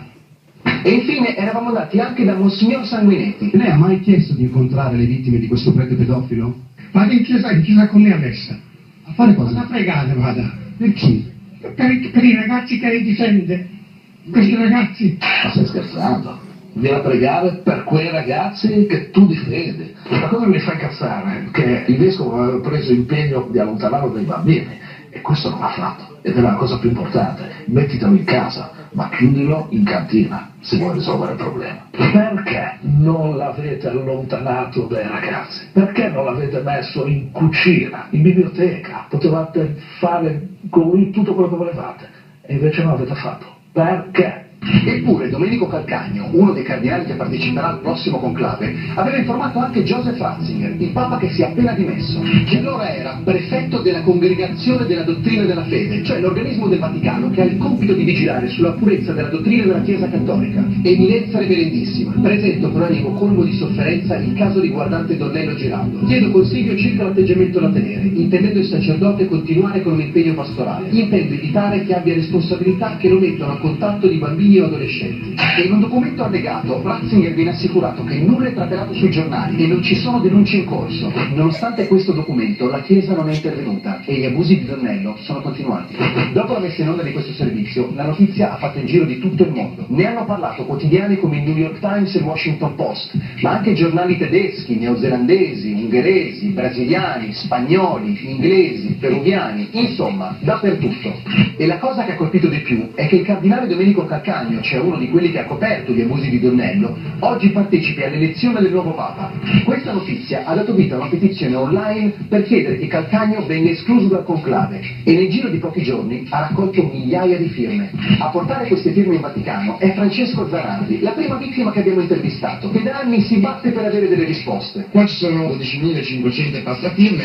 Speaker 15: E infine eravamo andati anche da Monsignor Sanguinetti.
Speaker 17: Lei ha mai chiesto di incontrare le vittime di questo prete pedofilo?
Speaker 18: Vada in chiesa con me adesso.
Speaker 17: A fare cosa?
Speaker 18: Vada a pregare, vada.
Speaker 17: Per chi?
Speaker 18: Per i ragazzi che lei difende. Questi ragazzi.
Speaker 14: Ma stai scherzando? Vieni a pregare per quei ragazzi che tu difendi. La cosa che mi fa incazzare è che il vescovo aveva preso impegno di allontanarlo dai bambini e questo non l'ha fatto. Ed è la cosa più importante. Mettitelo in casa, ma chiudilo in cantina se vuoi risolvere il problema. Perché non l'avete allontanato dai ragazzi? Perché non l'avete messo in cucina, in biblioteca? Potevate fare con lui tutto quello che volevate e invece non l'avete fatto. Perché?
Speaker 15: Eppure Domenico Calcagno, uno dei cardinali che parteciperà al prossimo conclave, aveva informato anche Joseph Ratzinger, il Papa che si è appena dimesso, che allora era prefetto della Congregazione della Dottrina della Fede, cioè l'organismo del Vaticano che ha il compito di vigilare sulla purezza della dottrina della Chiesa Cattolica. Eminenza reverendissima, presento per animo colmo di sofferenza il caso riguardante Donnello Giraldo. Chiedo consiglio circa l'atteggiamento da tenere, intendendo il sacerdote continuare con un impegno pastorale. Intendo evitare che abbia responsabilità che lo mettano a contatto di bambini o adolescenti. E in un documento allegato Ratzinger viene assicurato che nulla è trapelato sui giornali e non ci sono denunce in corso. Nonostante questo documento la Chiesa non è intervenuta e gli abusi di Donnello sono continuati. Dopo la messa in onda di questo servizio la notizia ha fatto il giro di tutto il mondo. Ne hanno parlato quotidiani come il New York Times e il Washington Post, ma anche giornali tedeschi, neozelandesi, ungheresi, brasiliani, spagnoli, inglesi, peruviani, insomma dappertutto. E la cosa che ha colpito di più è che il cardinale Domenico Calcagno, cioè uno di quelli che ha coperto gli abusi di Donnello, oggi partecipi all'elezione del nuovo Papa. Questa notizia ha dato vita a una petizione online per chiedere che Calcagno venga escluso dal conclave e nel giro di pochi giorni ha raccolto migliaia di firme. A portare queste firme in Vaticano è Francesco Zarardi, la prima vittima che abbiamo intervistato, che da anni si batte per avere delle risposte.
Speaker 5: Qua ci sono 12.500 passafirme,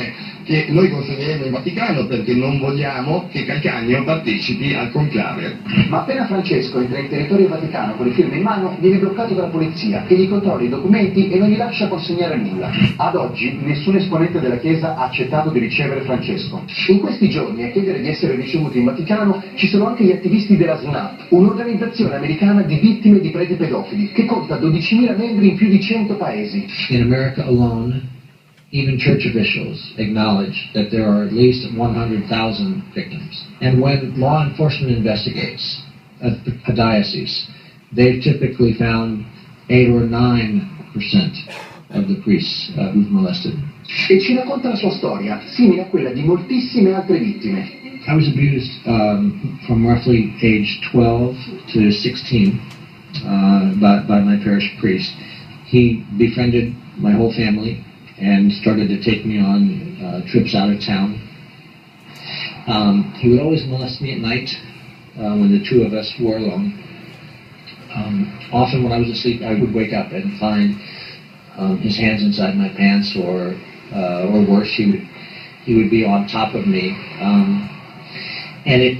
Speaker 19: che noi consiglieremo in Vaticano perché non vogliamo che Calcagno partecipi al conclave.
Speaker 15: Ma appena Francesco entra in territorio vaticano con le firme in mano, viene bloccato dalla polizia che gli controlla i documenti e non gli lascia consegnare nulla. Ad oggi nessun esponente della Chiesa ha accettato di ricevere Francesco. In questi giorni a chiedere di essere ricevuti in Vaticano ci sono anche gli attivisti della SNAP, un'organizzazione americana di vittime di preti pedofili, che conta 12.000 membri in più di 100 paesi.
Speaker 13: In America alone, even church officials acknowledge that there are at least 100,000 victims. And when law enforcement investigates a diocese, they've typically found 8 or 9% of the priests who've molested.
Speaker 15: E ci racconta la sua storia, simile a quella di moltissime altre vittime.
Speaker 13: I was abused from roughly age 12 to 16 by my parish priest. He befriended my whole family and started to take me on trips out of town. He would always molest me at night when the two of us were alone. Often when I was asleep, I would wake up and find his hands inside my pants, or worse, he would be on top of me. And it,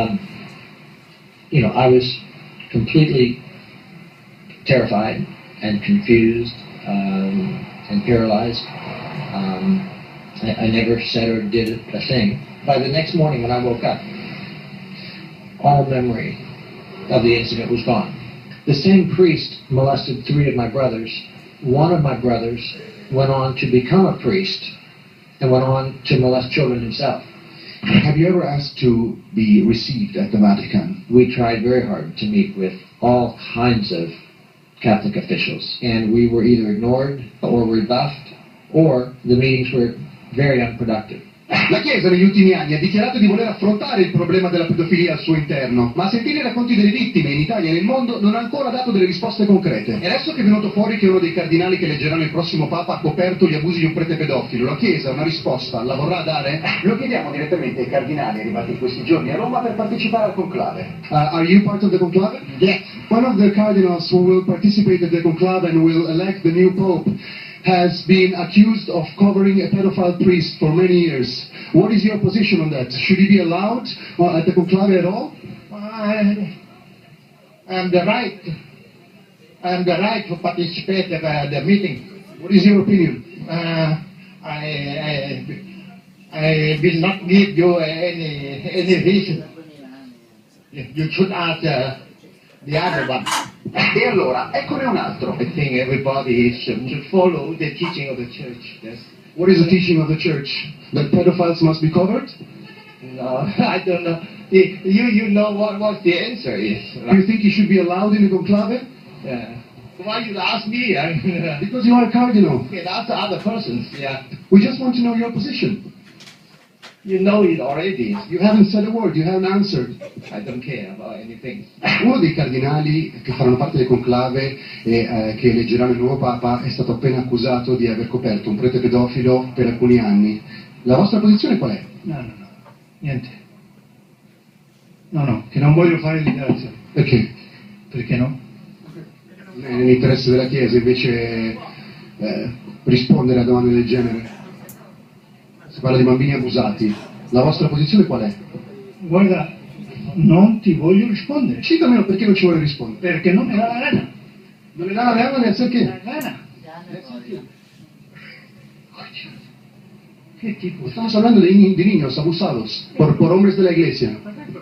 Speaker 13: I was completely terrified and confused and paralyzed. I never said or did a thing. By the next morning when I woke up, all memory of the incident was gone. The same priest molested 3 of my brothers. One of my brothers went on to become a priest and went on to molest children himself.
Speaker 17: Have you ever asked to be received at the Vatican?
Speaker 13: We tried very hard to meet with all kinds of Catholic officials, and we were either ignored or rebuffed, or the meetings were very unproductive.
Speaker 17: La Chiesa negli ultimi anni ha dichiarato di voler affrontare il problema della pedofilia al suo interno, ma a sentire i racconti delle vittime in Italia e nel mondo non ha ancora dato delle risposte concrete. E adesso che è venuto fuori che uno dei cardinali che eleggeranno il prossimo Papa ha coperto gli abusi di un prete pedofilo, la Chiesa una risposta la vorrà dare?
Speaker 15: Lo chiediamo direttamente ai cardinali arrivati in questi giorni a Roma per partecipare al conclave.
Speaker 17: Are you part of the conclave?
Speaker 15: Yes.
Speaker 17: One of the cardinals who will participate in the conclave and will elect the new Pope has been accused of covering a pedophile priest for many years. What is your position on that? Should he be allowed at the conclave at all?
Speaker 18: I am the right to participate in the meeting.
Speaker 17: What is your opinion?
Speaker 18: I will not give you any reason. You should ask the other one.
Speaker 15: E allora, eccone un altro.
Speaker 18: I think everybody should follow the teaching of the church. Yes.
Speaker 17: What is the teaching of the church? That pedophiles must be covered?
Speaker 18: No, I don't know. You know what the answer is.
Speaker 17: Right? Do you think he should be allowed in the conclave?
Speaker 18: Yeah. Why you ask me?
Speaker 17: Because you are a cardinal.
Speaker 18: You can ask other persons. Yeah.
Speaker 17: We just want to know your position.
Speaker 18: You know it already.
Speaker 17: You haven't said a word, you haven't answered.
Speaker 18: I don't care about anything.
Speaker 17: Uno dei cardinali che faranno parte del conclave e che eleggeranno il nuovo Papa è stato appena accusato di aver coperto un prete pedofilo per alcuni anni. La vostra posizione qual è?
Speaker 18: No, niente. No, che non voglio fare dichiarazione.
Speaker 17: Perché?
Speaker 18: Perché no?
Speaker 17: È nell'interesse della Chiesa invece rispondere a domande del genere. Si parla di bambini abusati. La vostra posizione qual è?
Speaker 18: Guarda, non ti voglio rispondere.
Speaker 17: Citamelo perché non ci vuole rispondere.
Speaker 18: Perché non mi dà la gana.
Speaker 17: Non le dà la gana neanche che?
Speaker 18: La gana. Che tipo?
Speaker 17: Estamos hablando de niños abusados por hombres de la iglesia.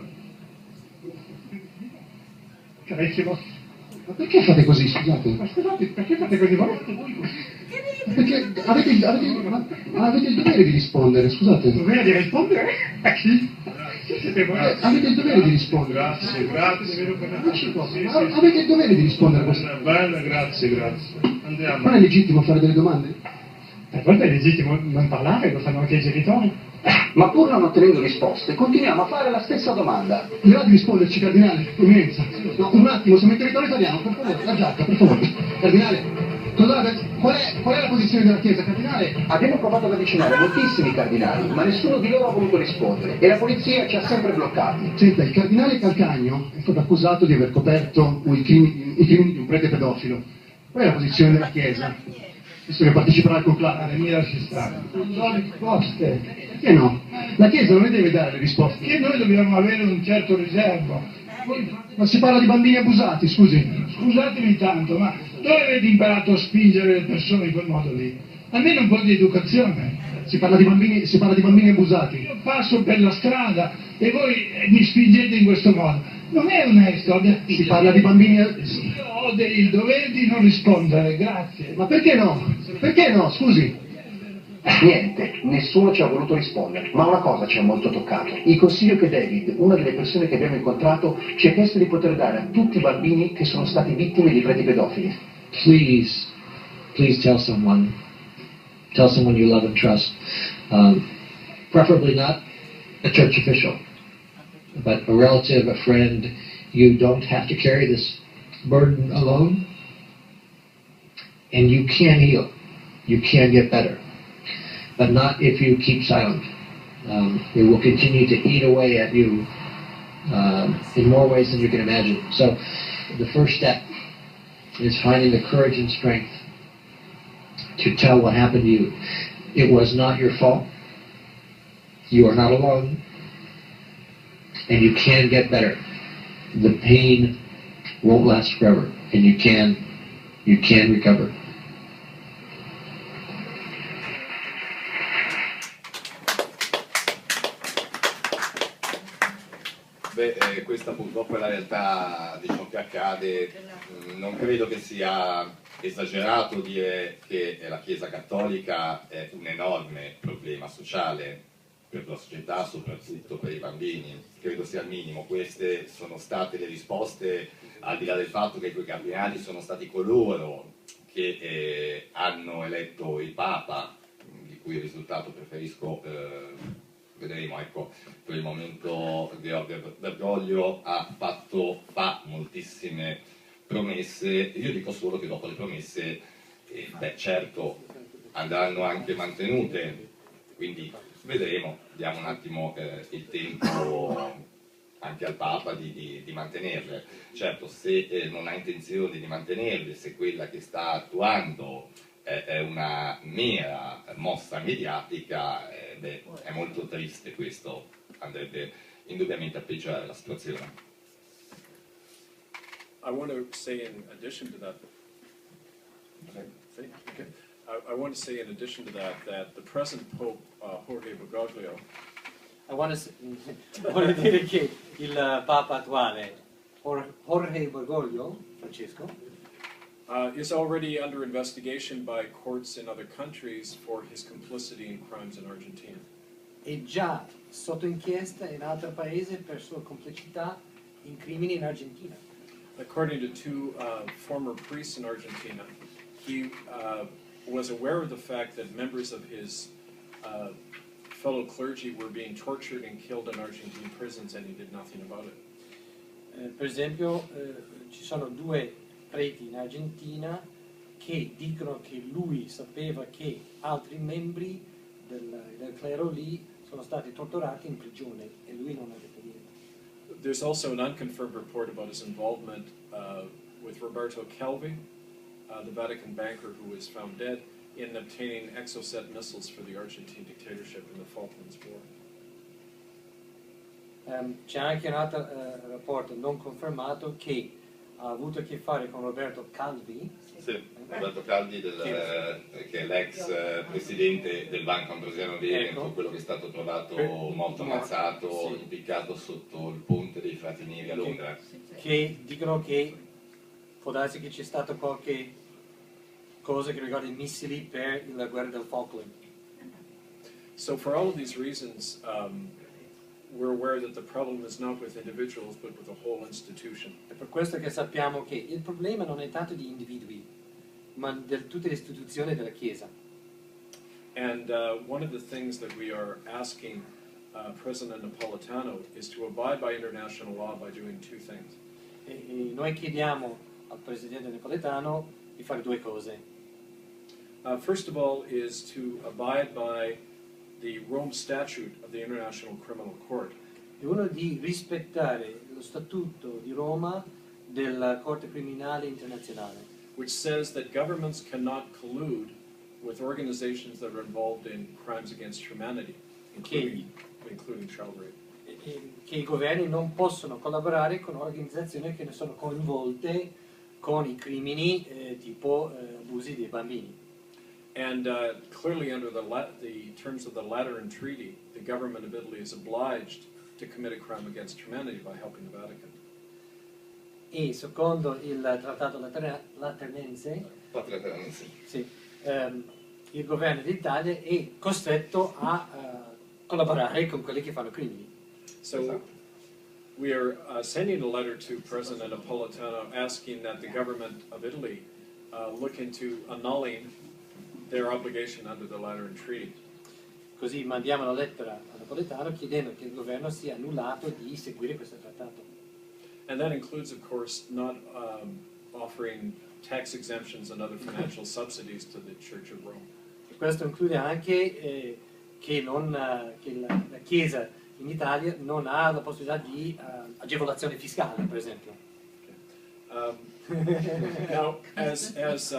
Speaker 18: Carissimo.
Speaker 17: Ma perché fate così, scusate?
Speaker 18: Ma scusate, perché fate così?
Speaker 17: Perché avete il dovere di rispondere, scusate.
Speaker 18: Il dovere di rispondere? A chi?
Speaker 17: Avete il dovere di rispondere.
Speaker 18: Grazie.
Speaker 17: Avete il dovere di rispondere a questo.
Speaker 18: Bene, grazie. Andiamo.
Speaker 17: Non è legittimo fare delle domande?
Speaker 18: Per volte è legittimo non parlare, lo fanno anche i genitori.
Speaker 15: Ma pur non ottenendo risposte, continuiamo a fare la stessa domanda.
Speaker 17: Grado di risponderci, cardinale, eminenza. No, un attimo, siamo in territorio italiano, per favore, la giacca, per favore. Cardinale, qual è la posizione della Chiesa, cardinale?
Speaker 15: Abbiamo provato ad avvicinare moltissimi cardinali, ma nessuno di loro ha voluto rispondere e la polizia ci ha sempre bloccati.
Speaker 17: Senta, il cardinale Calcagno è stato accusato di aver coperto i crimini di un prete pedofilo. Qual è la posizione della Chiesa? visto che parteciperà al conclave.
Speaker 18: Mi lasci stare. Non do risposte.
Speaker 17: Perché no? La Chiesa non le deve dare le risposte.
Speaker 18: Che noi dobbiamo avere un certo riservo.
Speaker 17: Ma si parla di bambini abusati, scusi.
Speaker 18: Scusatemi tanto, ma dove avete imparato a spingere le persone in quel modo lì? Almeno un po' di educazione.
Speaker 17: Si parla di bambini abusati.
Speaker 18: Io passo per la strada e voi mi spingete in questo modo. Non è onesto.
Speaker 17: Si parla di bambini...
Speaker 18: Io ho il dovere di non rispondere, grazie.
Speaker 17: Ma perché no? Perché no, scusi?
Speaker 15: Niente, nessuno ci ha voluto rispondere, ma una cosa ci ha molto toccato. Il consiglio che David, una delle persone che abbiamo incontrato, ci ha chiesto di poter dare a tutti i bambini che sono stati vittime di preti pedofili.
Speaker 13: Please tell someone you love and trust, preferably not a church official, but a relative, a friend. You don't have to carry this burden alone, and you can heal. You can get better, but not if you keep silent. It will continue to eat away at you in more ways than you can imagine. So the first step is finding the courage and strength to tell what happened to you. It was not your fault. You are not alone. And you can get better. The pain won't last forever. And you can recover.
Speaker 1: Questa purtroppo è la realtà di ciò che accade. Non credo che sia esagerato dire che la Chiesa Cattolica è un enorme problema sociale per la società, soprattutto per i bambini. Credo sia il minimo. Queste sono state le risposte, al di là del fatto che quei cardinali sono stati coloro che hanno eletto il Papa, di cui il risultato preferisco vedremo. Ecco, per il momento Bergoglio fa moltissime promesse. Io dico solo che dopo le promesse, certo, andranno anche mantenute, quindi vedremo, diamo un attimo il tempo anche al Papa di mantenerle. Certo, se non ha intenzione di mantenerle, se quella che sta attuando è una mera mossa mediatica, è molto triste questo, andrebbe indubbiamente a peggiorare la situazione.
Speaker 2: I want to say in addition to that, I want to say in addition to that the present Pope Jorge Bergoglio.
Speaker 3: Vuole dire che il Papa attuale Jorge Bergoglio, Francesco,
Speaker 2: is already under investigation by courts in other countries for his complicity in crimes in Argentina.
Speaker 3: È già sotto inchiesta in altro paese per sua complicità in crimini in Argentina.
Speaker 2: According to two former priests in Argentina, he was aware of the fact that members of his fellow clergy were being tortured and killed in Argentine prisons, and he did nothing about it.
Speaker 3: Per esempio, ci sono due preti in Argentina che dicono che lui sapeva che altri membri del clero lì sono stati torturati in prigione e lui non ha detto niente.
Speaker 2: There's also an unconfirmed report about his involvement with Roberto Calvi, the Vatican banker who was found dead, in obtaining Exocet missiles for the Argentine dictatorship in the Falklands War.
Speaker 3: C'è anche un altro rapporto non confermato che ha avuto a che fare con Roberto Calvi.
Speaker 1: Sì, Roberto Calvi, che è l'ex presidente del Banco Ambrosiano Veneto, ecco, quello che è stato trovato morto ammazzato, sì, impiccato sotto il ponte dei Frati Neri a Londra.
Speaker 3: Che dicono che può darsi che c'è stato qualche cosa che riguarda i missili per la guerra del Falkland.
Speaker 2: So for all of these reasons, we're aware that the problem is not with individuals, but with the whole institution.
Speaker 3: È per questo che sappiamo che il problema non è tanto di individui, ma di tutte le istituzioni della Chiesa.
Speaker 2: And one of the things that we are asking President Napolitano is to abide by international law by doing two things.
Speaker 3: E noi chiediamo al Presidente Napolitano di fare due cose.
Speaker 2: First of all is to abide by the Rome Statute of the International Criminal Court.
Speaker 3: E uno di rispettare lo Statuto di Roma della Corte Criminale Internazionale,
Speaker 2: which says that governments cannot collude with organizations that are involved in crimes against humanity, including child rape.
Speaker 3: Che i governi non possono collaborare con organizzazioni che ne sono coinvolte con i crimini tipo abusi dei bambini.
Speaker 2: And clearly under the terms of the Lateran Treaty, the government of Italy is obliged to commit a crime against humanity by helping the Vatican.
Speaker 3: E secondo il trattato lateranense, sì, il governo d'Italia è costretto a collaborare con quelli che fanno crimini.
Speaker 2: So we are sending a letter to President Napolitano asking that the government of Italy look into annulling their obligation under the Lateran Treaty.
Speaker 3: Così mandiamo una lettera a Napolitano chiedendo che il governo sia annullato di seguire questo trattato.
Speaker 2: And that includes, of course, not offering tax exemptions and other financial subsidies to the Church of Rome.
Speaker 3: E questo include anche che la Chiesa in Italia non ha la possibilità di agevolazione fiscale, per esempio.
Speaker 2: Now, as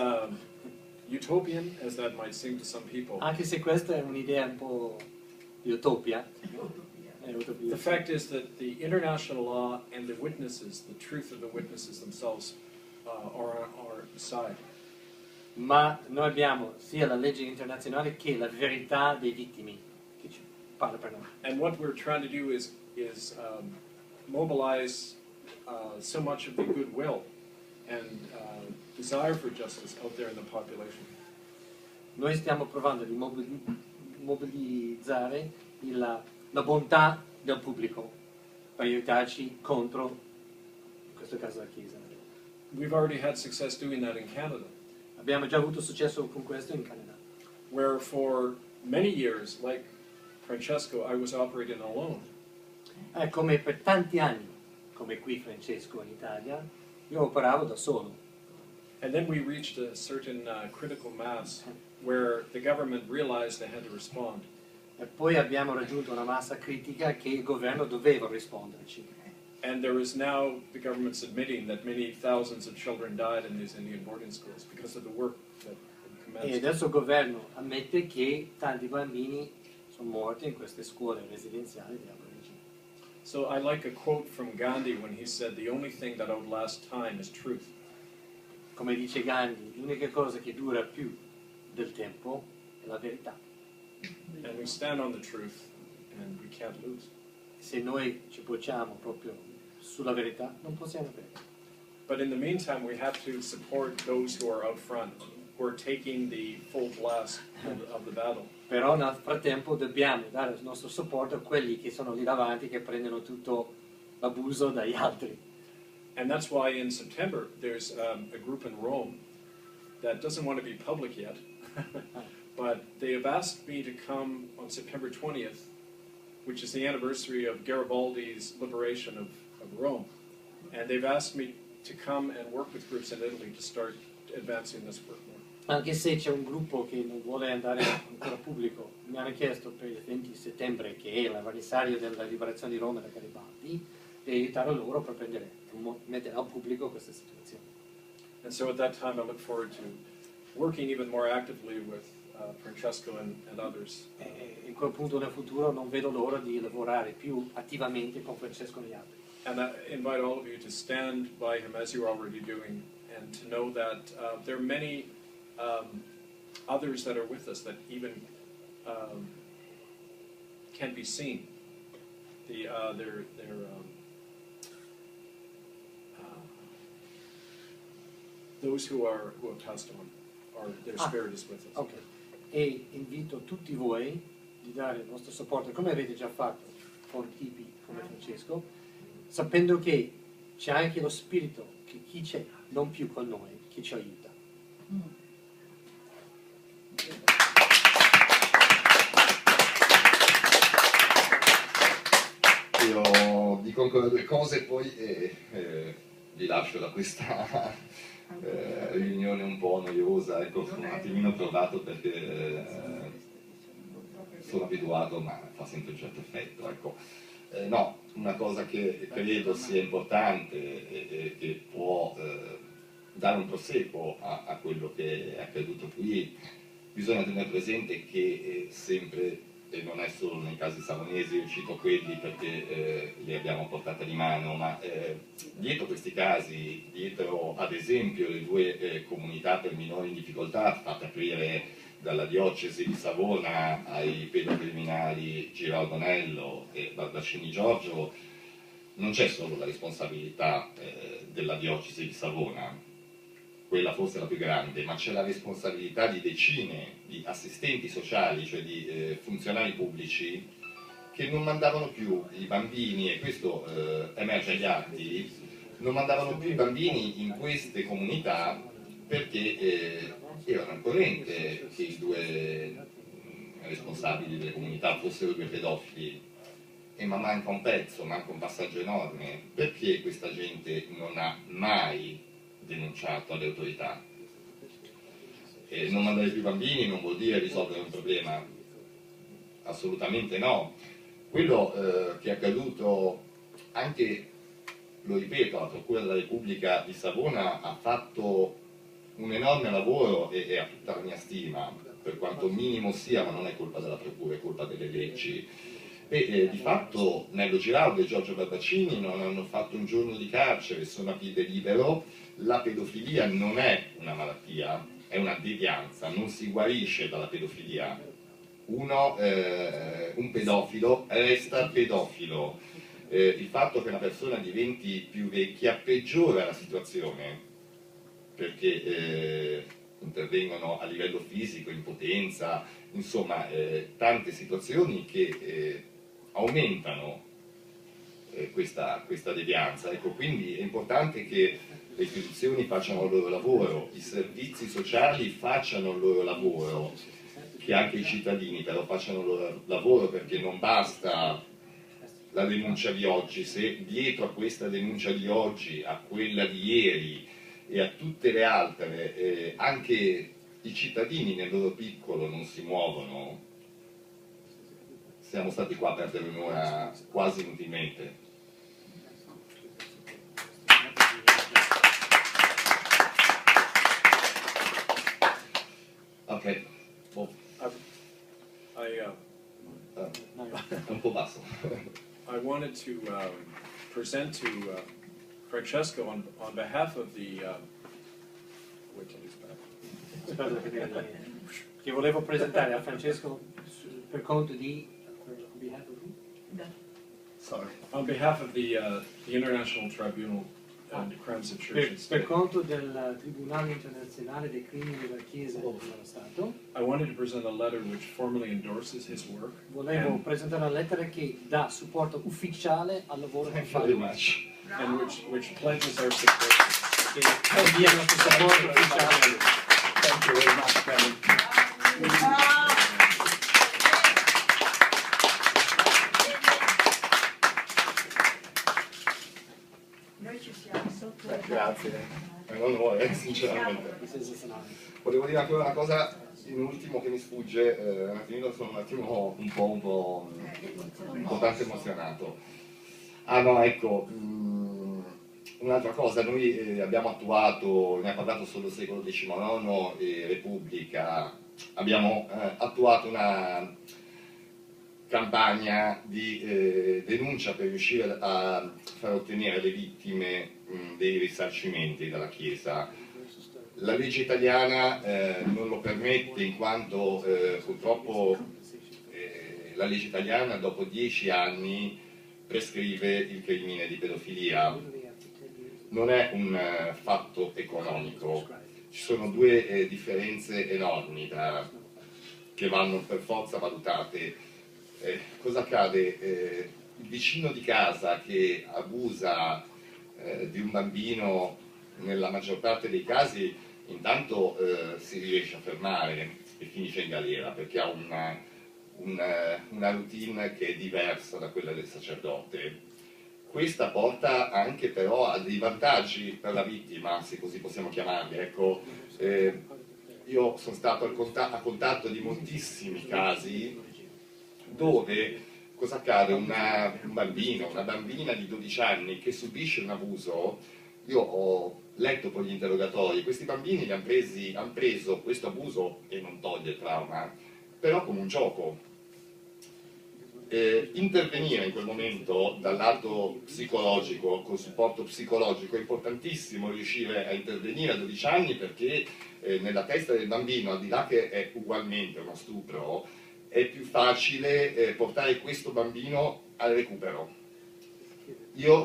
Speaker 2: utopian as that might seem to some people,
Speaker 3: Anche se questa è un'idea un po' di utopia.
Speaker 2: The fact is that the international law and the witnesses, the truth of the witnesses themselves, are on our side.
Speaker 3: Ma noi abbiamo sia la legge internazionale che la verità dei vittimi che ci parla per noi.
Speaker 2: And what we're trying to do is mobilize so much of the goodwill and desire for justice out there in the population.
Speaker 3: Noi stiamo provando di mobilizzare la bontà del pubblico per aiutarci contro, in questo caso, la Chiesa.
Speaker 2: We've already had success doing that in Canada.
Speaker 3: Abbiamo già avuto successo con questo in Canada.
Speaker 2: Where for many years, like Francesco, I was operating alone.
Speaker 3: Come per tanti anni, come qui Francesco in Italia, io operavo da solo.
Speaker 2: And then we reached a certain critical mass where the government realized they had to respond.
Speaker 3: E poi abbiamo raggiunto una massa critica che il governo doveva risponderci.
Speaker 2: And there is now the government's admitting that many thousands of children died in these Indian boarding schools because of the work that commenced.
Speaker 3: E adesso il governo ammette che tanti bambini sono morti in queste scuole residenziali di aborigeni.
Speaker 2: So I like a quote from Gandhi when he said, "The only thing that outlasts time is truth."
Speaker 3: Come dice Gandhi, l'unica cosa che dura più del tempo è la verità.
Speaker 2: And we stand on the truth and we can't lose.
Speaker 3: Se noi ci poggiamo proprio sulla verità, non possiamo perdere.
Speaker 2: But in the meantime, we have to support those who are out front, who are taking the full blast of the battle.
Speaker 3: Però nel frattempo dobbiamo dare il nostro supporto a quelli che sono lì davanti, che prendono tutto l'abuso dagli altri.
Speaker 2: And that's why in September there's a group in Rome that doesn't want to be public yet, but they have asked me to come on September 20th, which is the anniversary of Garibaldi's liberation of Rome. And they've asked me to come and work with groups in Italy to start advancing this work more.
Speaker 3: Anche se c'è un gruppo che non vuole andare ancora pubblico, mi hanno chiesto per il 20 settembre, che è l'anniversario della liberazione di Roma da Garibaldi, di aiutare loro per mettere al pubblico questa situazione.
Speaker 2: And so at that time I look forward to working even more actively with Francesco and others.
Speaker 3: In quel punto nel futuro non vedo l'ora di lavorare più attivamente con Francesco e gli altri.
Speaker 2: And I invite all of you to stand by him as you're already doing, and to know that there are many others that are with us that even can't be seen. Those who have passed on, or their spirit is with us.
Speaker 3: Ok, e invito tutti voi di dare il vostro supporto, come avete già fatto con tipi come Francesco, sapendo che c'è anche lo spirito che chi c'è, non più con noi, che ci aiuta.
Speaker 1: Io dico ancora due cose e poi vi lascio da questa riunione un po' noiosa, ecco, un attimino provato perché sono abituato, ma fa sempre un certo effetto, ecco. No, una cosa che credo sia importante e che può dare un proseguo a quello che è accaduto qui. bisogna tenere presente che sempre, e non è solo nei casi savonesi, io cito quelli perché li abbiamo portata di mano, ma dietro questi casi, dietro ad esempio le due comunità per minori in difficoltà fatte aprire dalla diocesi di Savona ai pedocriminali Girolamo Nello e Baldacini Giorgio, non c'è solo la responsabilità della diocesi di Savona, quella forse la più grande, ma c'è la responsabilità di decine di assistenti sociali, cioè di funzionari pubblici, che non mandavano più i bambini, e questo emerge agli atti, non mandavano più i bambini in queste comunità perché erano al corrente che i due responsabili delle comunità fossero due pedofili. Ma manca un pezzo, manca un passaggio enorme. Perché questa gente non ha mai denunciato alle autorità? Non mandare più bambini non vuol dire risolvere un problema, assolutamente no. Quello che è accaduto, anche, lo ripeto, la Procura della Repubblica di Savona ha fatto un enorme lavoro e ha tutta la mia stima, per quanto minimo sia, ma non è colpa della Procura, è colpa delle leggi. Di fatto Nello Giraldo e Giorgio Barbacini non hanno fatto un giorno di carcere, sono a piede libero. La pedofilia non è una malattia, è una devianza, non si guarisce dalla pedofilia. Un pedofilo resta pedofilo. Il fatto che una persona diventi più vecchia peggiora la situazione, perché intervengono a livello fisico, impotenza, insomma tante situazioni che aumentano questa devianza. Ecco, quindi è importante che le istituzioni facciano il loro lavoro, i servizi sociali facciano il loro lavoro, che anche i cittadini però facciano il loro lavoro, perché non basta la denuncia di oggi, se dietro a questa denuncia di oggi, a quella di ieri e a tutte le altre anche i cittadini nel loro piccolo non si muovono, siamo stati qua a perdere un'ora quasi inutilmente. Ok, un po' basso.
Speaker 2: I wanted to present to Francesco on behalf of the wait till he's back.
Speaker 3: Che volevo presentare a Francesco per conto di
Speaker 2: on behalf of the International Tribunal on Crimes of Church and State.
Speaker 3: Per conto del Tribunale Internazionale dei Crimini della Chiesa e dello Stato.
Speaker 2: I wanted to present a letter which formally endorses his work.
Speaker 3: Volevo presentare una lettera che dà supporto ufficiale al lavoro che fa.
Speaker 2: And which pledges our support.
Speaker 3: Che dia il nostro supporto ufficiale.
Speaker 1: Thank you very much, Kevin.
Speaker 4: Noi ci siamo sotto.
Speaker 1: Grazie, è un onore, sinceramente. Volevo dire ancora una cosa in ultimo che mi sfugge, un attimino, sono un po' importante emozionato. Ah no, ecco, un'altra cosa, noi abbiamo attuato, ne ha parlato solo il secolo XIX e Repubblica, abbiamo attuato una campagna di denuncia per riuscire a far ottenere alle vittime dei risarcimenti dalla Chiesa. La legge italiana non lo permette, in quanto purtroppo la legge italiana dopo 10 anni prescrive il crimine di pedofilia. Non è un fatto economico, ci sono due differenze enormi che vanno per forza valutate. Cosa accade? Il vicino di casa che abusa di un bambino, nella maggior parte dei casi, intanto si riesce a fermare e finisce in galera, perché ha una routine che è diversa da quella del sacerdote. Questa porta anche però a dei vantaggi per la vittima, se così possiamo chiamarli. Ecco, io sono stato a contatto di moltissimi casi dove cosa accade? Un bambino, una bambina di 12 anni che subisce un abuso io ho letto poi gli interrogatori, questi bambini hanno preso questo abuso, e non toglie il trauma, però come un gioco. Intervenire in quel momento dal lato psicologico, col supporto psicologico, è importantissimo riuscire a intervenire a 12 anni, perché nella testa del bambino, al di là che è ugualmente uno stupro, è più facile portare questo bambino al recupero. Io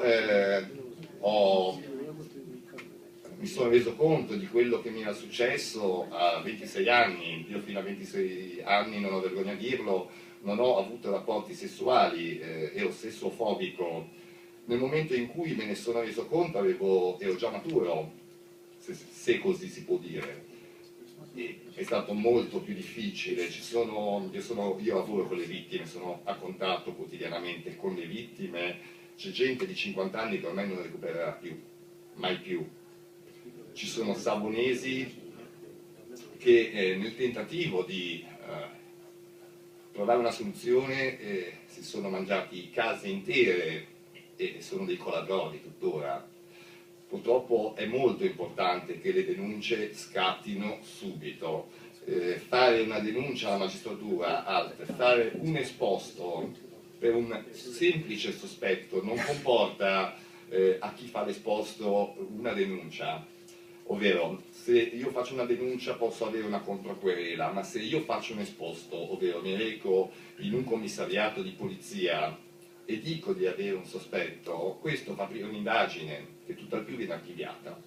Speaker 1: mi sono reso conto di quello che mi era successo a 26 anni, io fino a 26 anni, non ho vergogna a dirlo, non ho avuto rapporti sessuali, ero sessuofobico. Nel momento in cui me ne sono reso conto ero già maturo, se così si può dire. E è stato molto più difficile. Io lavoro con le vittime, sono a contatto quotidianamente con le vittime, c'è gente di 50 anni che ormai non recupererà più, mai più. Ci sono savonesi che nel tentativo di trovare una soluzione si sono mangiati case intere e sono dei coladroni tuttora. Purtroppo è molto importante che le denunce scattino subito. Fare una denuncia alla magistratura, fare un esposto per un semplice sospetto non comporta a chi fa l'esposto una denuncia. Ovvero, se io faccio una denuncia posso avere una controquerela, ma se io faccio un esposto, ovvero mi reco in un commissariato di polizia e dico di avere un sospetto, questo fa aprire un'indagine che tutt'al più viene archiviata.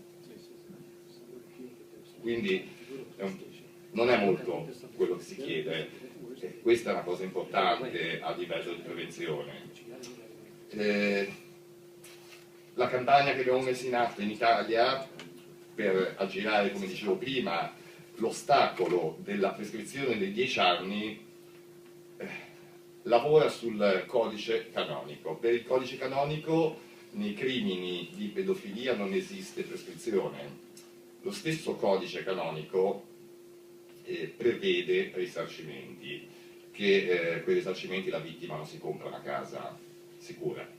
Speaker 1: Quindi non è molto quello che si chiede, questa è una cosa importante a livello di prevenzione. La campagna che abbiamo messo in atto in Italia per aggirare, come dicevo prima, l'ostacolo della prescrizione dei 10 anni, lavora sul codice canonico. Per il codice canonico nei crimini di pedofilia non esiste prescrizione. Lo stesso codice canonico prevede risarcimenti, che quei risarcimenti la vittima non si compra una casa sicura.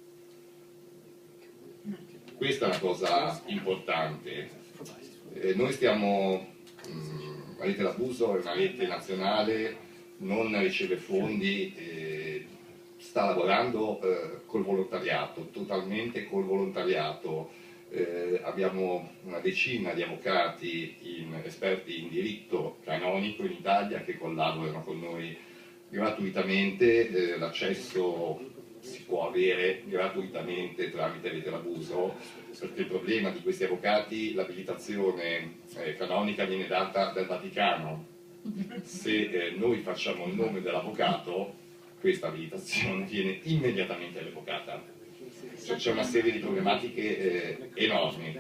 Speaker 1: Questa è una cosa importante. Noi stiamo, la rete d'abuso è una rete nazionale, non riceve fondi, sta lavorando col volontariato, totalmente col volontariato. Abbiamo una decina di avvocati esperti in diritto canonico in Italia che collaborano con noi gratuitamente, l'accesso si può avere gratuitamente tramite rete d'abuso, perché il problema di questi avvocati, l'abilitazione canonica viene data dal Vaticano. Se noi facciamo il nome dell'avvocato, questa abilitazione viene immediatamente revocata. Cioè, c'è una serie di problematiche enormi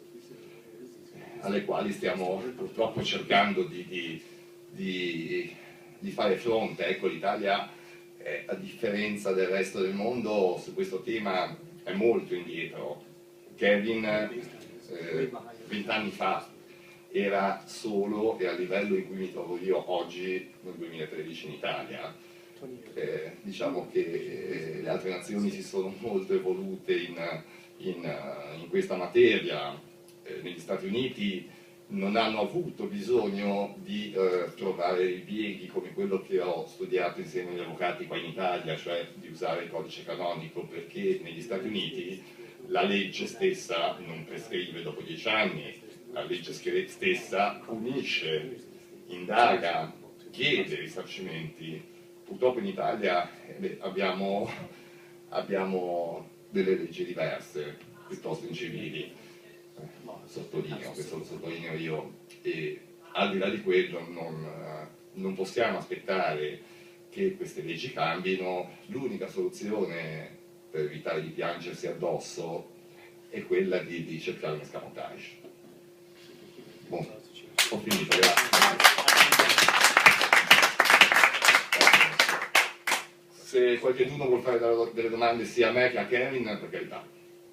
Speaker 1: alle quali stiamo purtroppo cercando di fare fronte. Ecco, l'Italia, a differenza del resto del mondo, su questo tema è molto indietro. Kevin 20 anni fa era solo, e al livello in cui mi trovo io oggi, nel 2013 in Italia. Diciamo che le altre nazioni si sono molto evolute in questa materia. Negli Stati Uniti non hanno avuto bisogno di trovare ripieghi come quello che ho studiato insieme agli avvocati qua in Italia, cioè di usare il codice canonico, perché negli Stati Uniti la legge stessa non prescrive dopo 10 anni, la legge stessa punisce, indaga, chiede risarcimenti. Purtroppo in Italia abbiamo delle leggi diverse, piuttosto incivili. Sottolineo, questo lo sottolineo io, e al di là di quello non possiamo aspettare che queste leggi cambino. L'unica soluzione per evitare di piangersi addosso è quella di cercare un escamotage. Buon, ho finito, grazie. Se qualcuno vuol fare delle domande sia a me che a Kevin, per carità.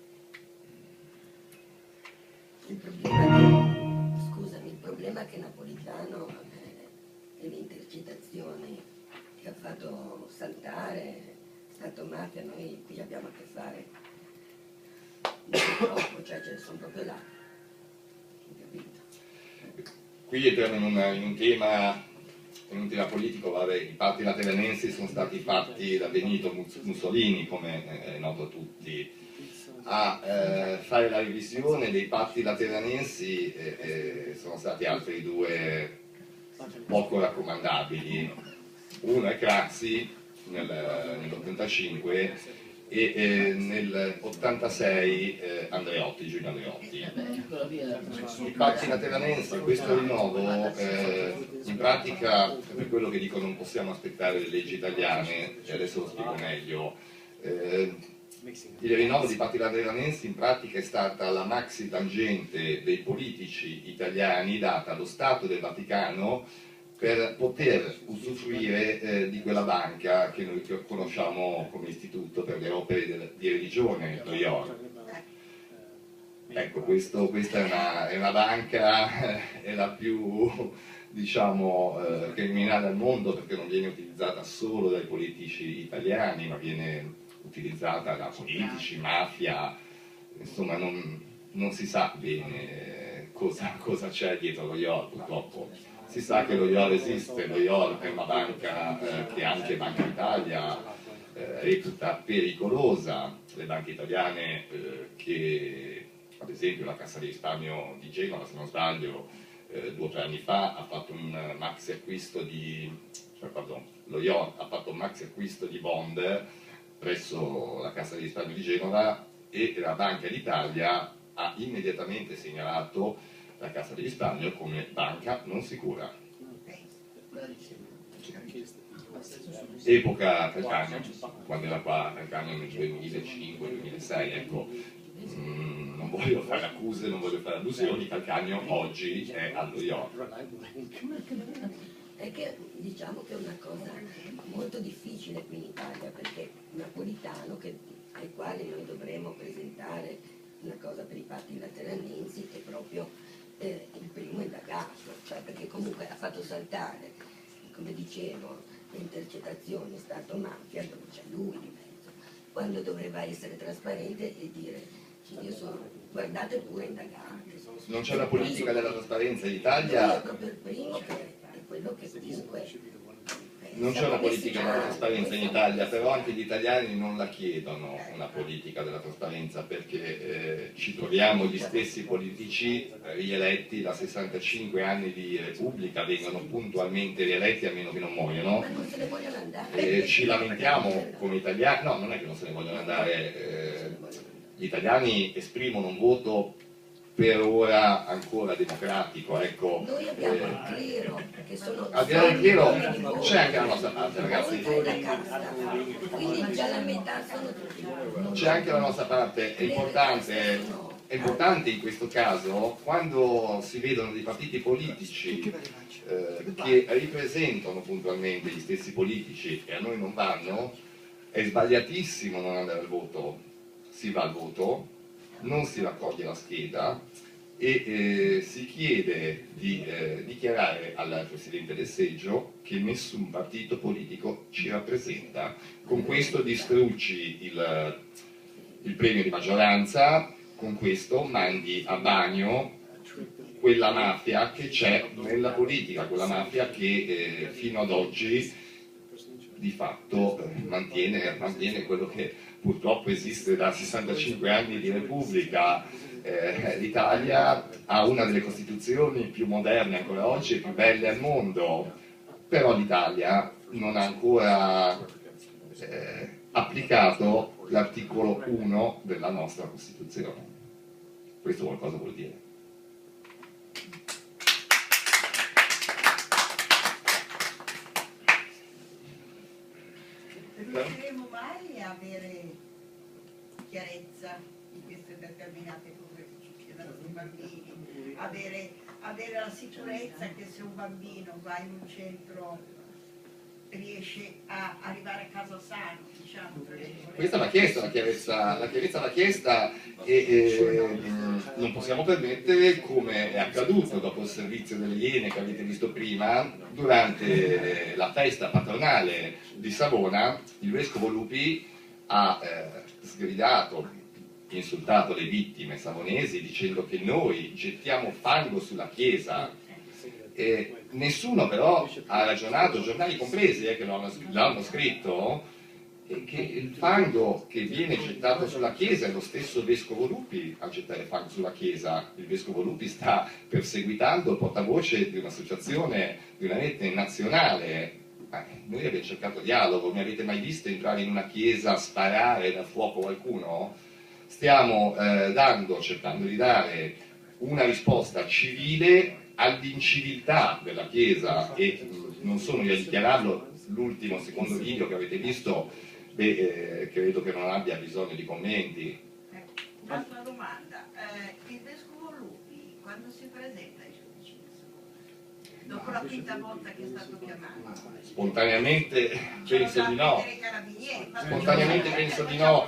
Speaker 20: Scusami, il problema è che Napolitano e le intercettazioni che ha fatto saltare Stato Mafia, noi qui abbiamo a che fare purtroppo, cioè ce ne sono proprio là.
Speaker 1: Qui entriamo in un tema politico. Vabbè, i patti lateranensi sono stati fatti da Benito Mussolini, come è noto a tutti. A fare la revisione dei patti lateranensi sono stati altri due poco raccomandabili. Uno è Craxi nell'85 e nell'86 Andreotti, Giulio Andreotti. I patti lateranensi, questo rinnovo, in pratica, per quello che dico non possiamo aspettare le leggi italiane, e adesso lo spiego meglio. Il rinnovo di patti lateranensi in pratica è stata la maxi tangente dei politici italiani data allo Stato del Vaticano per poter usufruire di quella banca che noi conosciamo come Istituto per le opere di religione, lo IOR. Ecco, questa è una banca, è la più, diciamo, criminale al mondo, perché non viene utilizzata solo dai politici italiani, ma viene utilizzata da politici, mafia, insomma non si sa bene cosa c'è dietro lo IOR, purtroppo. Si sa che lo IOR esiste, lo IOR è una banca che anche Banca Italia reputa pericolosa. Le banche italiane che, ad esempio la Cassa di Risparmio di Genova, se non sbaglio, 2 o 3 anni fa ha fatto un maxi acquisto lo IOR ha fatto un maxi acquisto di bond presso la Cassa di Risparmio di Genova e la Banca d'Italia ha immediatamente segnalato la Cassa di Risparmio come banca non sicura. Epoca Calcagno, quando era qua Calcagno nel 2005-2006, ecco, non voglio fare accuse, non voglio fare allusioni, Calcagno oggi è allo IOR.
Speaker 20: È che diciamo che è una cosa molto difficile qui in Italia, perché Napolitano, ai quali noi dovremmo presentare una cosa per i patti lateranensi, è proprio il primo indagato, cioè perché comunque ha fatto saltare, come dicevo, le intercettazioni Stato-mafia, dove c'è lui di mezzo, quando doveva essere trasparente e dire guardate pure indagate.
Speaker 1: Non c'è una politica della trasparenza in Italia.
Speaker 20: È proprio il primo che è quello che comunque...
Speaker 1: Non c'è una politica della trasparenza in Italia, però anche gli italiani non la chiedono una politica della trasparenza, perché ci troviamo gli stessi politici rieletti da 65 anni di Repubblica, vengono puntualmente rieletti a meno che non muoiono, e ci lamentiamo come italiani. No, non è che non se ne vogliono andare, gli italiani esprimono un voto per ora ancora democratico, ecco.
Speaker 20: Noi abbiamo il clero, che sono...
Speaker 1: Abbiamo il clero, c'è anche la nostra parte, ragazzi.
Speaker 20: Quindi già la metà sono tutti.
Speaker 1: C'è anche la nostra parte, è importante in questo caso, quando si vedono dei partiti politici che ripresentano puntualmente gli stessi politici e a noi non vanno, è sbagliatissimo non andare al voto. Si va al voto, non si raccoglie la scheda e si chiede di dichiarare al Presidente del Seggio che nessun partito politico ci rappresenta. Con questo distruggi il premio di maggioranza, con questo mandi a bagno quella mafia che c'è nella politica, quella mafia che fino ad oggi di fatto mantiene quello che purtroppo esiste da 65 anni di Repubblica. L'Italia ha una delle costituzioni più moderne ancora oggi e più belle al mondo, però l'Italia non ha ancora applicato l'articolo 1 della nostra Costituzione. Questo qualcosa vuol dire.
Speaker 4: Riusciremo mai a avere chiarezza di queste determinate cose che succedono ai bambini, avere la sicurezza che se un bambino va in un centro riesce a arrivare a casa sano, diciamo.
Speaker 1: Questa l'ha chiesta, la chiarezza l'ha chiesta e non possiamo permettere, come è accaduto dopo il servizio delle Iene che avete visto prima, durante la festa patronale di Savona, il Vescovo Lupi ha sgridato insultato le vittime savonesi dicendo che noi gettiamo fango sulla chiesa. Nessuno però ha ragionato, giornali compresi che l'hanno scritto, che il fango che viene gettato sulla chiesa è lo stesso vescovo Lupi a gettare fango sulla chiesa. Il vescovo Lupi sta perseguitando il portavoce di un'associazione, di una rete nazionale. Noi abbiamo cercato dialogo. Mi avete mai visto entrare in una chiesa, sparare da fuoco qualcuno? Stiamo cercando di dare una risposta civile all'inciviltà della chiesa, e non sono io a dichiararlo. L'ultimo, secondo video che avete visto, credo che non abbia bisogno di commenti.
Speaker 4: Un'altra domanda, il vescovo Lupi quando si presenta ai giudici di Savona? Dopo la quinta volta che è stato chiamato?
Speaker 1: Spontaneamente penso di no. Spontaneamente penso di no.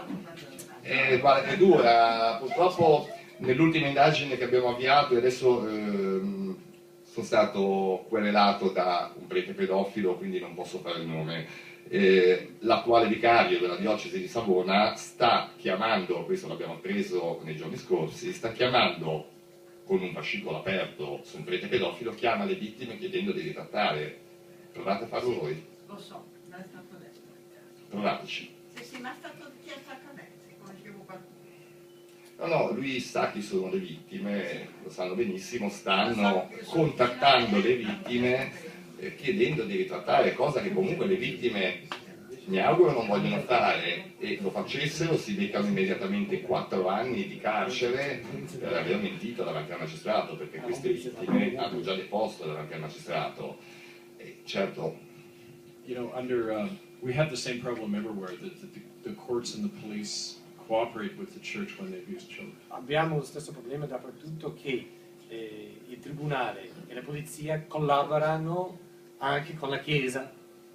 Speaker 1: Guarda, è dura. Purtroppo nell'ultima indagine che abbiamo avviato, e adesso sono stato querelato da un prete pedofilo, quindi non posso fare il nome. L'attuale vicario della diocesi di Savona sta chiamando, questo l'abbiamo appreso nei giorni scorsi, sta chiamando con un fascicolo aperto su un prete pedofilo, chiama le vittime chiedendo di ritrattare. Provate a farlo voi.
Speaker 4: Lo so, non è stato detto.
Speaker 1: Provateci.
Speaker 4: Sì, ma è stato chiesto a Cadenzi, conoscevo qualcuno.
Speaker 1: No, lui sa chi sono le vittime, lo sanno benissimo, stanno contattando le vittime chiedendo di ritrattare, cosa che comunque le vittime, mi auguro, non vogliono fare, e lo facessero si beccano immediatamente 4 anni di carcere per aver mentito davanti al magistrato, perché queste vittime hanno già deposto davanti al magistrato. Certo.
Speaker 2: You know, we have the same problem everywhere, that the courts and the police cooperate with the church when they abuse children.
Speaker 3: Abbiamo lo stesso problema dappertutto, che il tribunale e la polizia collaborano anche con la Chiesa.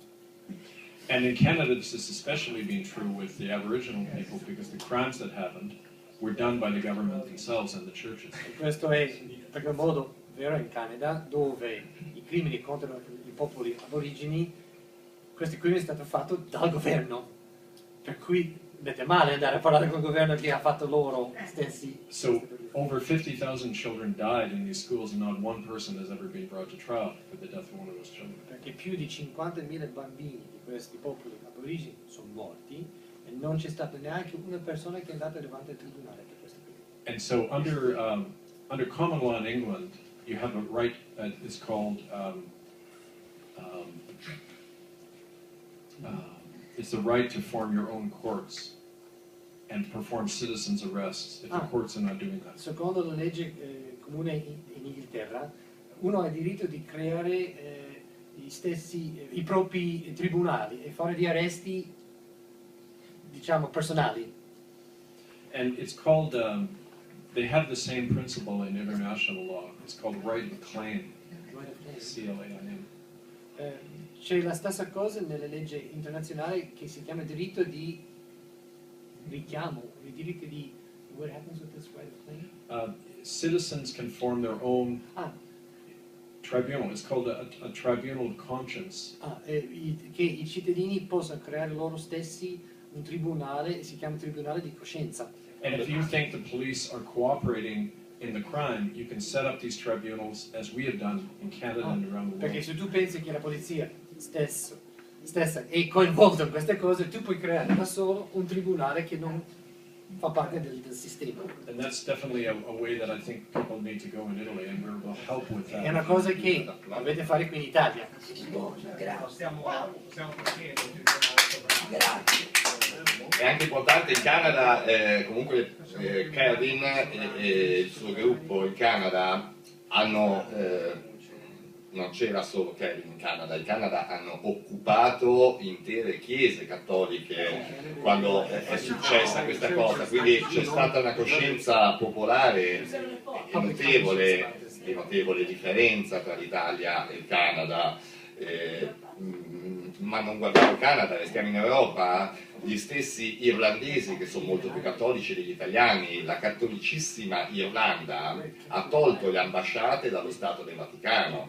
Speaker 2: And in Canada, this has especially been true with the Aboriginal people, because the crimes that happened were done by the government themselves and the churches.
Speaker 3: E questo è in qualche modo vero in Canada, dove i crimini contro i popoli aborigeni, questi crimini sono stati fatti dal governo, per cui mette male andare a parlare con il governo che ha fatto loro stessi.
Speaker 2: So over 50,000 children died in these schools, and not one person has ever been brought to trial for the death of one of those children.
Speaker 3: Perché più di 50.000 bambini di questi popoli aborigeni sono morti e non c'è stata neanche una persona che è andata davanti al tribunale per questo periodo.
Speaker 2: And so under common law in England, you have a right, it's called it's the right to form your own courts and perform citizens' arrests if the courts are not doing that.
Speaker 3: Secondo la legge comune in Inghilterra, uno ha il diritto di creare i propri tribunali e fare gli arresti, diciamo, personali.
Speaker 2: And it's called, they have the same principle in international law. It's called right of claim, C-L-A-I-M.
Speaker 3: C'è la stessa cosa nelle leggi internazionali che si chiama diritto di richiamo, il diritto di... What happens with this right of claim?
Speaker 2: Citizens can form their own tribunal. It's called a tribunal of conscience.
Speaker 3: Che i cittadini possano creare loro stessi un tribunale, si chiama tribunale di coscienza.
Speaker 2: And if you think the police are cooperating in the crime, you can set up these tribunals as we have done in Canada and around the world.
Speaker 3: Perché se tu pensi che la polizia stessa è coinvolta in queste cose, tu puoi creare da solo un tribunale che non fa parte del sistema.
Speaker 2: And that's definitely a way that I think people need to go in Italy, and we'll help with that.
Speaker 3: È una cosa che dovete fare qui in Italia.
Speaker 1: È anche importante in Canada, comunque Kevin e il suo gruppo in Canada hanno, non c'era solo Kevin in Canada hanno occupato intere chiese cattoliche quando è successa questa cosa, quindi c'è stata una coscienza popolare di notevole differenza tra l'Italia e il Canada. Ma non guardiamo il Canada, restiamo in Europa. Gli stessi irlandesi, che sono molto più cattolici degli italiani, la cattolicissima Irlanda ha tolto le ambasciate dallo Stato del Vaticano.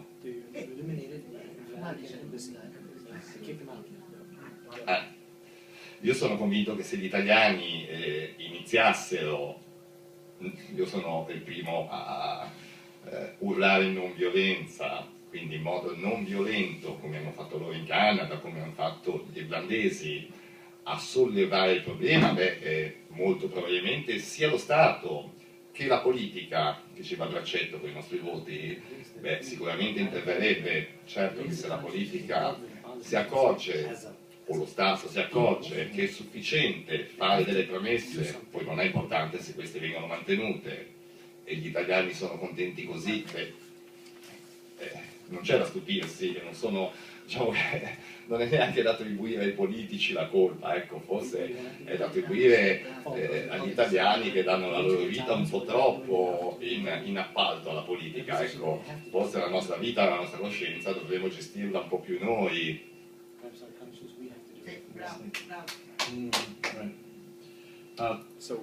Speaker 1: io sono convinto che se gli italiani iniziassero, io sono il primo a urlare in non violenza, quindi in modo non violento, come hanno fatto loro in Canada, come hanno fatto gli irlandesi, a sollevare il problema, molto probabilmente sia lo Stato che la politica, che ci va a braccetto con i nostri voti, sicuramente interverrebbe. Certo che se la politica si accorge, o lo Stato si accorge che è sufficiente fare delle promesse, poi non è importante se queste vengono mantenute, e gli italiani sono contenti così, non c'è da stupirsi, non è neanche da attribuire ai politici la colpa, ecco, forse è da attribuire agli italiani che danno la loro vita un po' troppo in appalto alla politica, ecco, forse la nostra vita, la nostra coscienza dovremmo gestirla un po' più noi.
Speaker 2: So,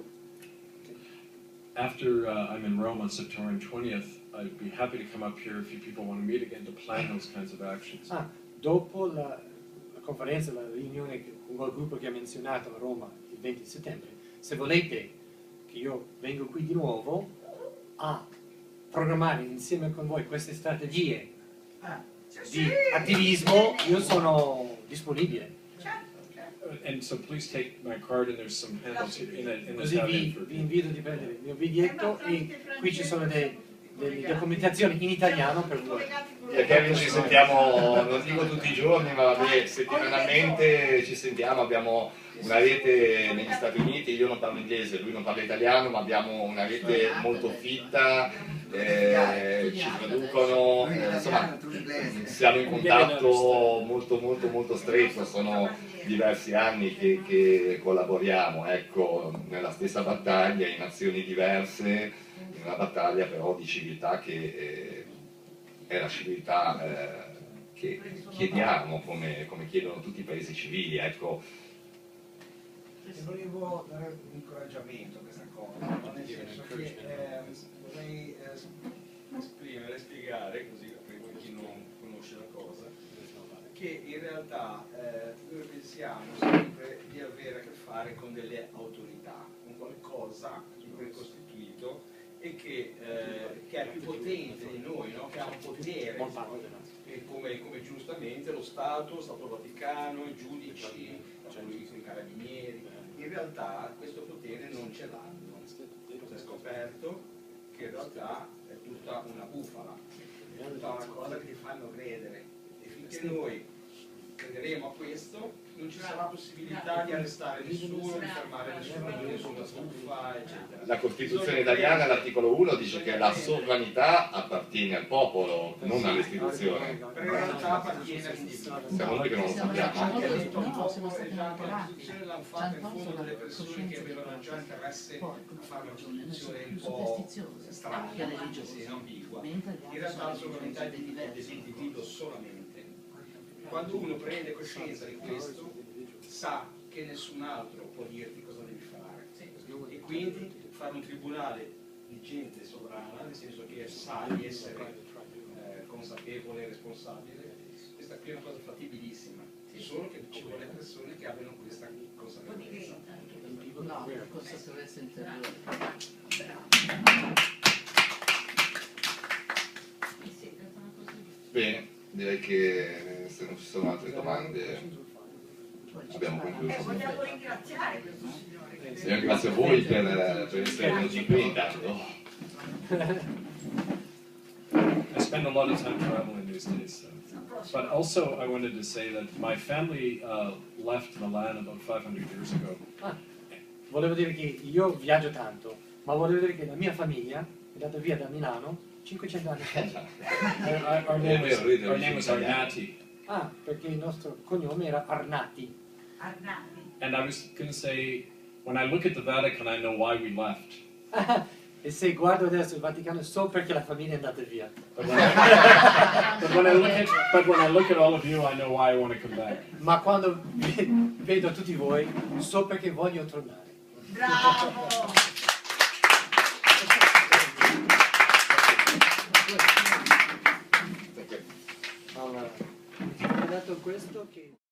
Speaker 2: after I'm in Rome on September 20th, I'd be happy to come up here if you people want to meet again to plan those kinds of actions.
Speaker 3: Dopo la conferenza, la riunione con il gruppo che ha menzionato a Roma il 20 settembre, se volete che io vengo qui di nuovo a programmare insieme con voi queste strategie di attivismo, io sono disponibile.
Speaker 2: And so please take my card, and there's some handouts in this
Speaker 3: Così
Speaker 2: tab
Speaker 3: vi invito di prendere il mio biglietto e qui ci sono delle documentazioni in italiano per voi.
Speaker 1: Perché ci sentiamo, non dico tutti i giorni, ma vabbè, settimanalmente ci sentiamo, abbiamo una rete negli Stati Uniti, io non parlo inglese, lui non parla italiano, ma abbiamo una rete molto fitta, ci traducono, insomma siamo in contatto molto stretto, sono diversi anni che collaboriamo, ecco, nella stessa battaglia, in azioni diverse, in una battaglia però di civiltà che è la civiltà che chiediamo, come chiedono tutti i paesi civili, ecco.
Speaker 21: Volevo dare un incoraggiamento a questa cosa, nel senso che vorrei esprimere, spiegare, così per chi non conosce la cosa, che in realtà noi pensiamo sempre di avere a che fare con delle autorità, con qualcosa di precostituito e che è più potente di noi, no? Che ha un potere, e come giustamente lo Stato Vaticano, i giudici, i carabinieri, in realtà questo potere non ce l'hanno. Si è scoperto che in realtà è tutta una bufala, è tutta una cosa che ti fanno credere, e finché noi crederemo a questo non ci sarà possibilità di arrestare nessuno, di fermare nessuna truffa, eccetera.
Speaker 1: La Costituzione italiana, all'articolo 1, dice che la sovranità appartiene al popolo, non alle istituzioni.
Speaker 21: Per in realtà appartiene all'individuo.
Speaker 1: Siamo noi che non lo sappiamo.
Speaker 21: Anche il popolo e anche la Costituzione l'hanno fatta in fondo delle persone che avevano già interesse a fare una Costituzione un po' strana, ambigua. In realtà la sovranità è dell'individuo solamente. Quando uno prende coscienza di questo, sa che nessun altro può dirti cosa devi fare, e quindi fare un tribunale di gente sovrana, nel senso che sa di essere consapevole e responsabile, questa qui è una cosa fattibilissima, solo che ci vuole persone che abbiano questa consapevolezza.
Speaker 22: No, la consapevolezza interiore.
Speaker 1: Bene, direi che se non ci sono altre domande abbiamo concluso.
Speaker 4: Vogliamo ringraziare questo signore.
Speaker 1: Io ringrazio voi per essere venuti qui intanto.
Speaker 2: I spend a lot of time traveling these days. But also I wanted to say that my family left Milan about 500 years ago.
Speaker 3: Volevo dire che io viaggio tanto, ma volevo dire che la mia famiglia è andata via da Milano 500 anni fa.
Speaker 2: Our name was Arnati.
Speaker 3: Perché il nostro cognome era Arnati.
Speaker 2: And I was going to say, when I look at the Vatican, I know why we left.
Speaker 3: E se guardo adesso il Vaticano so perché la famiglia è andata via.
Speaker 2: But when I look at all of you, I know why I want to come back.
Speaker 3: Ma quando vedo tutti voi, so perché voglio tornare.
Speaker 4: Bravo!
Speaker 3: Allora, ho dato questo che...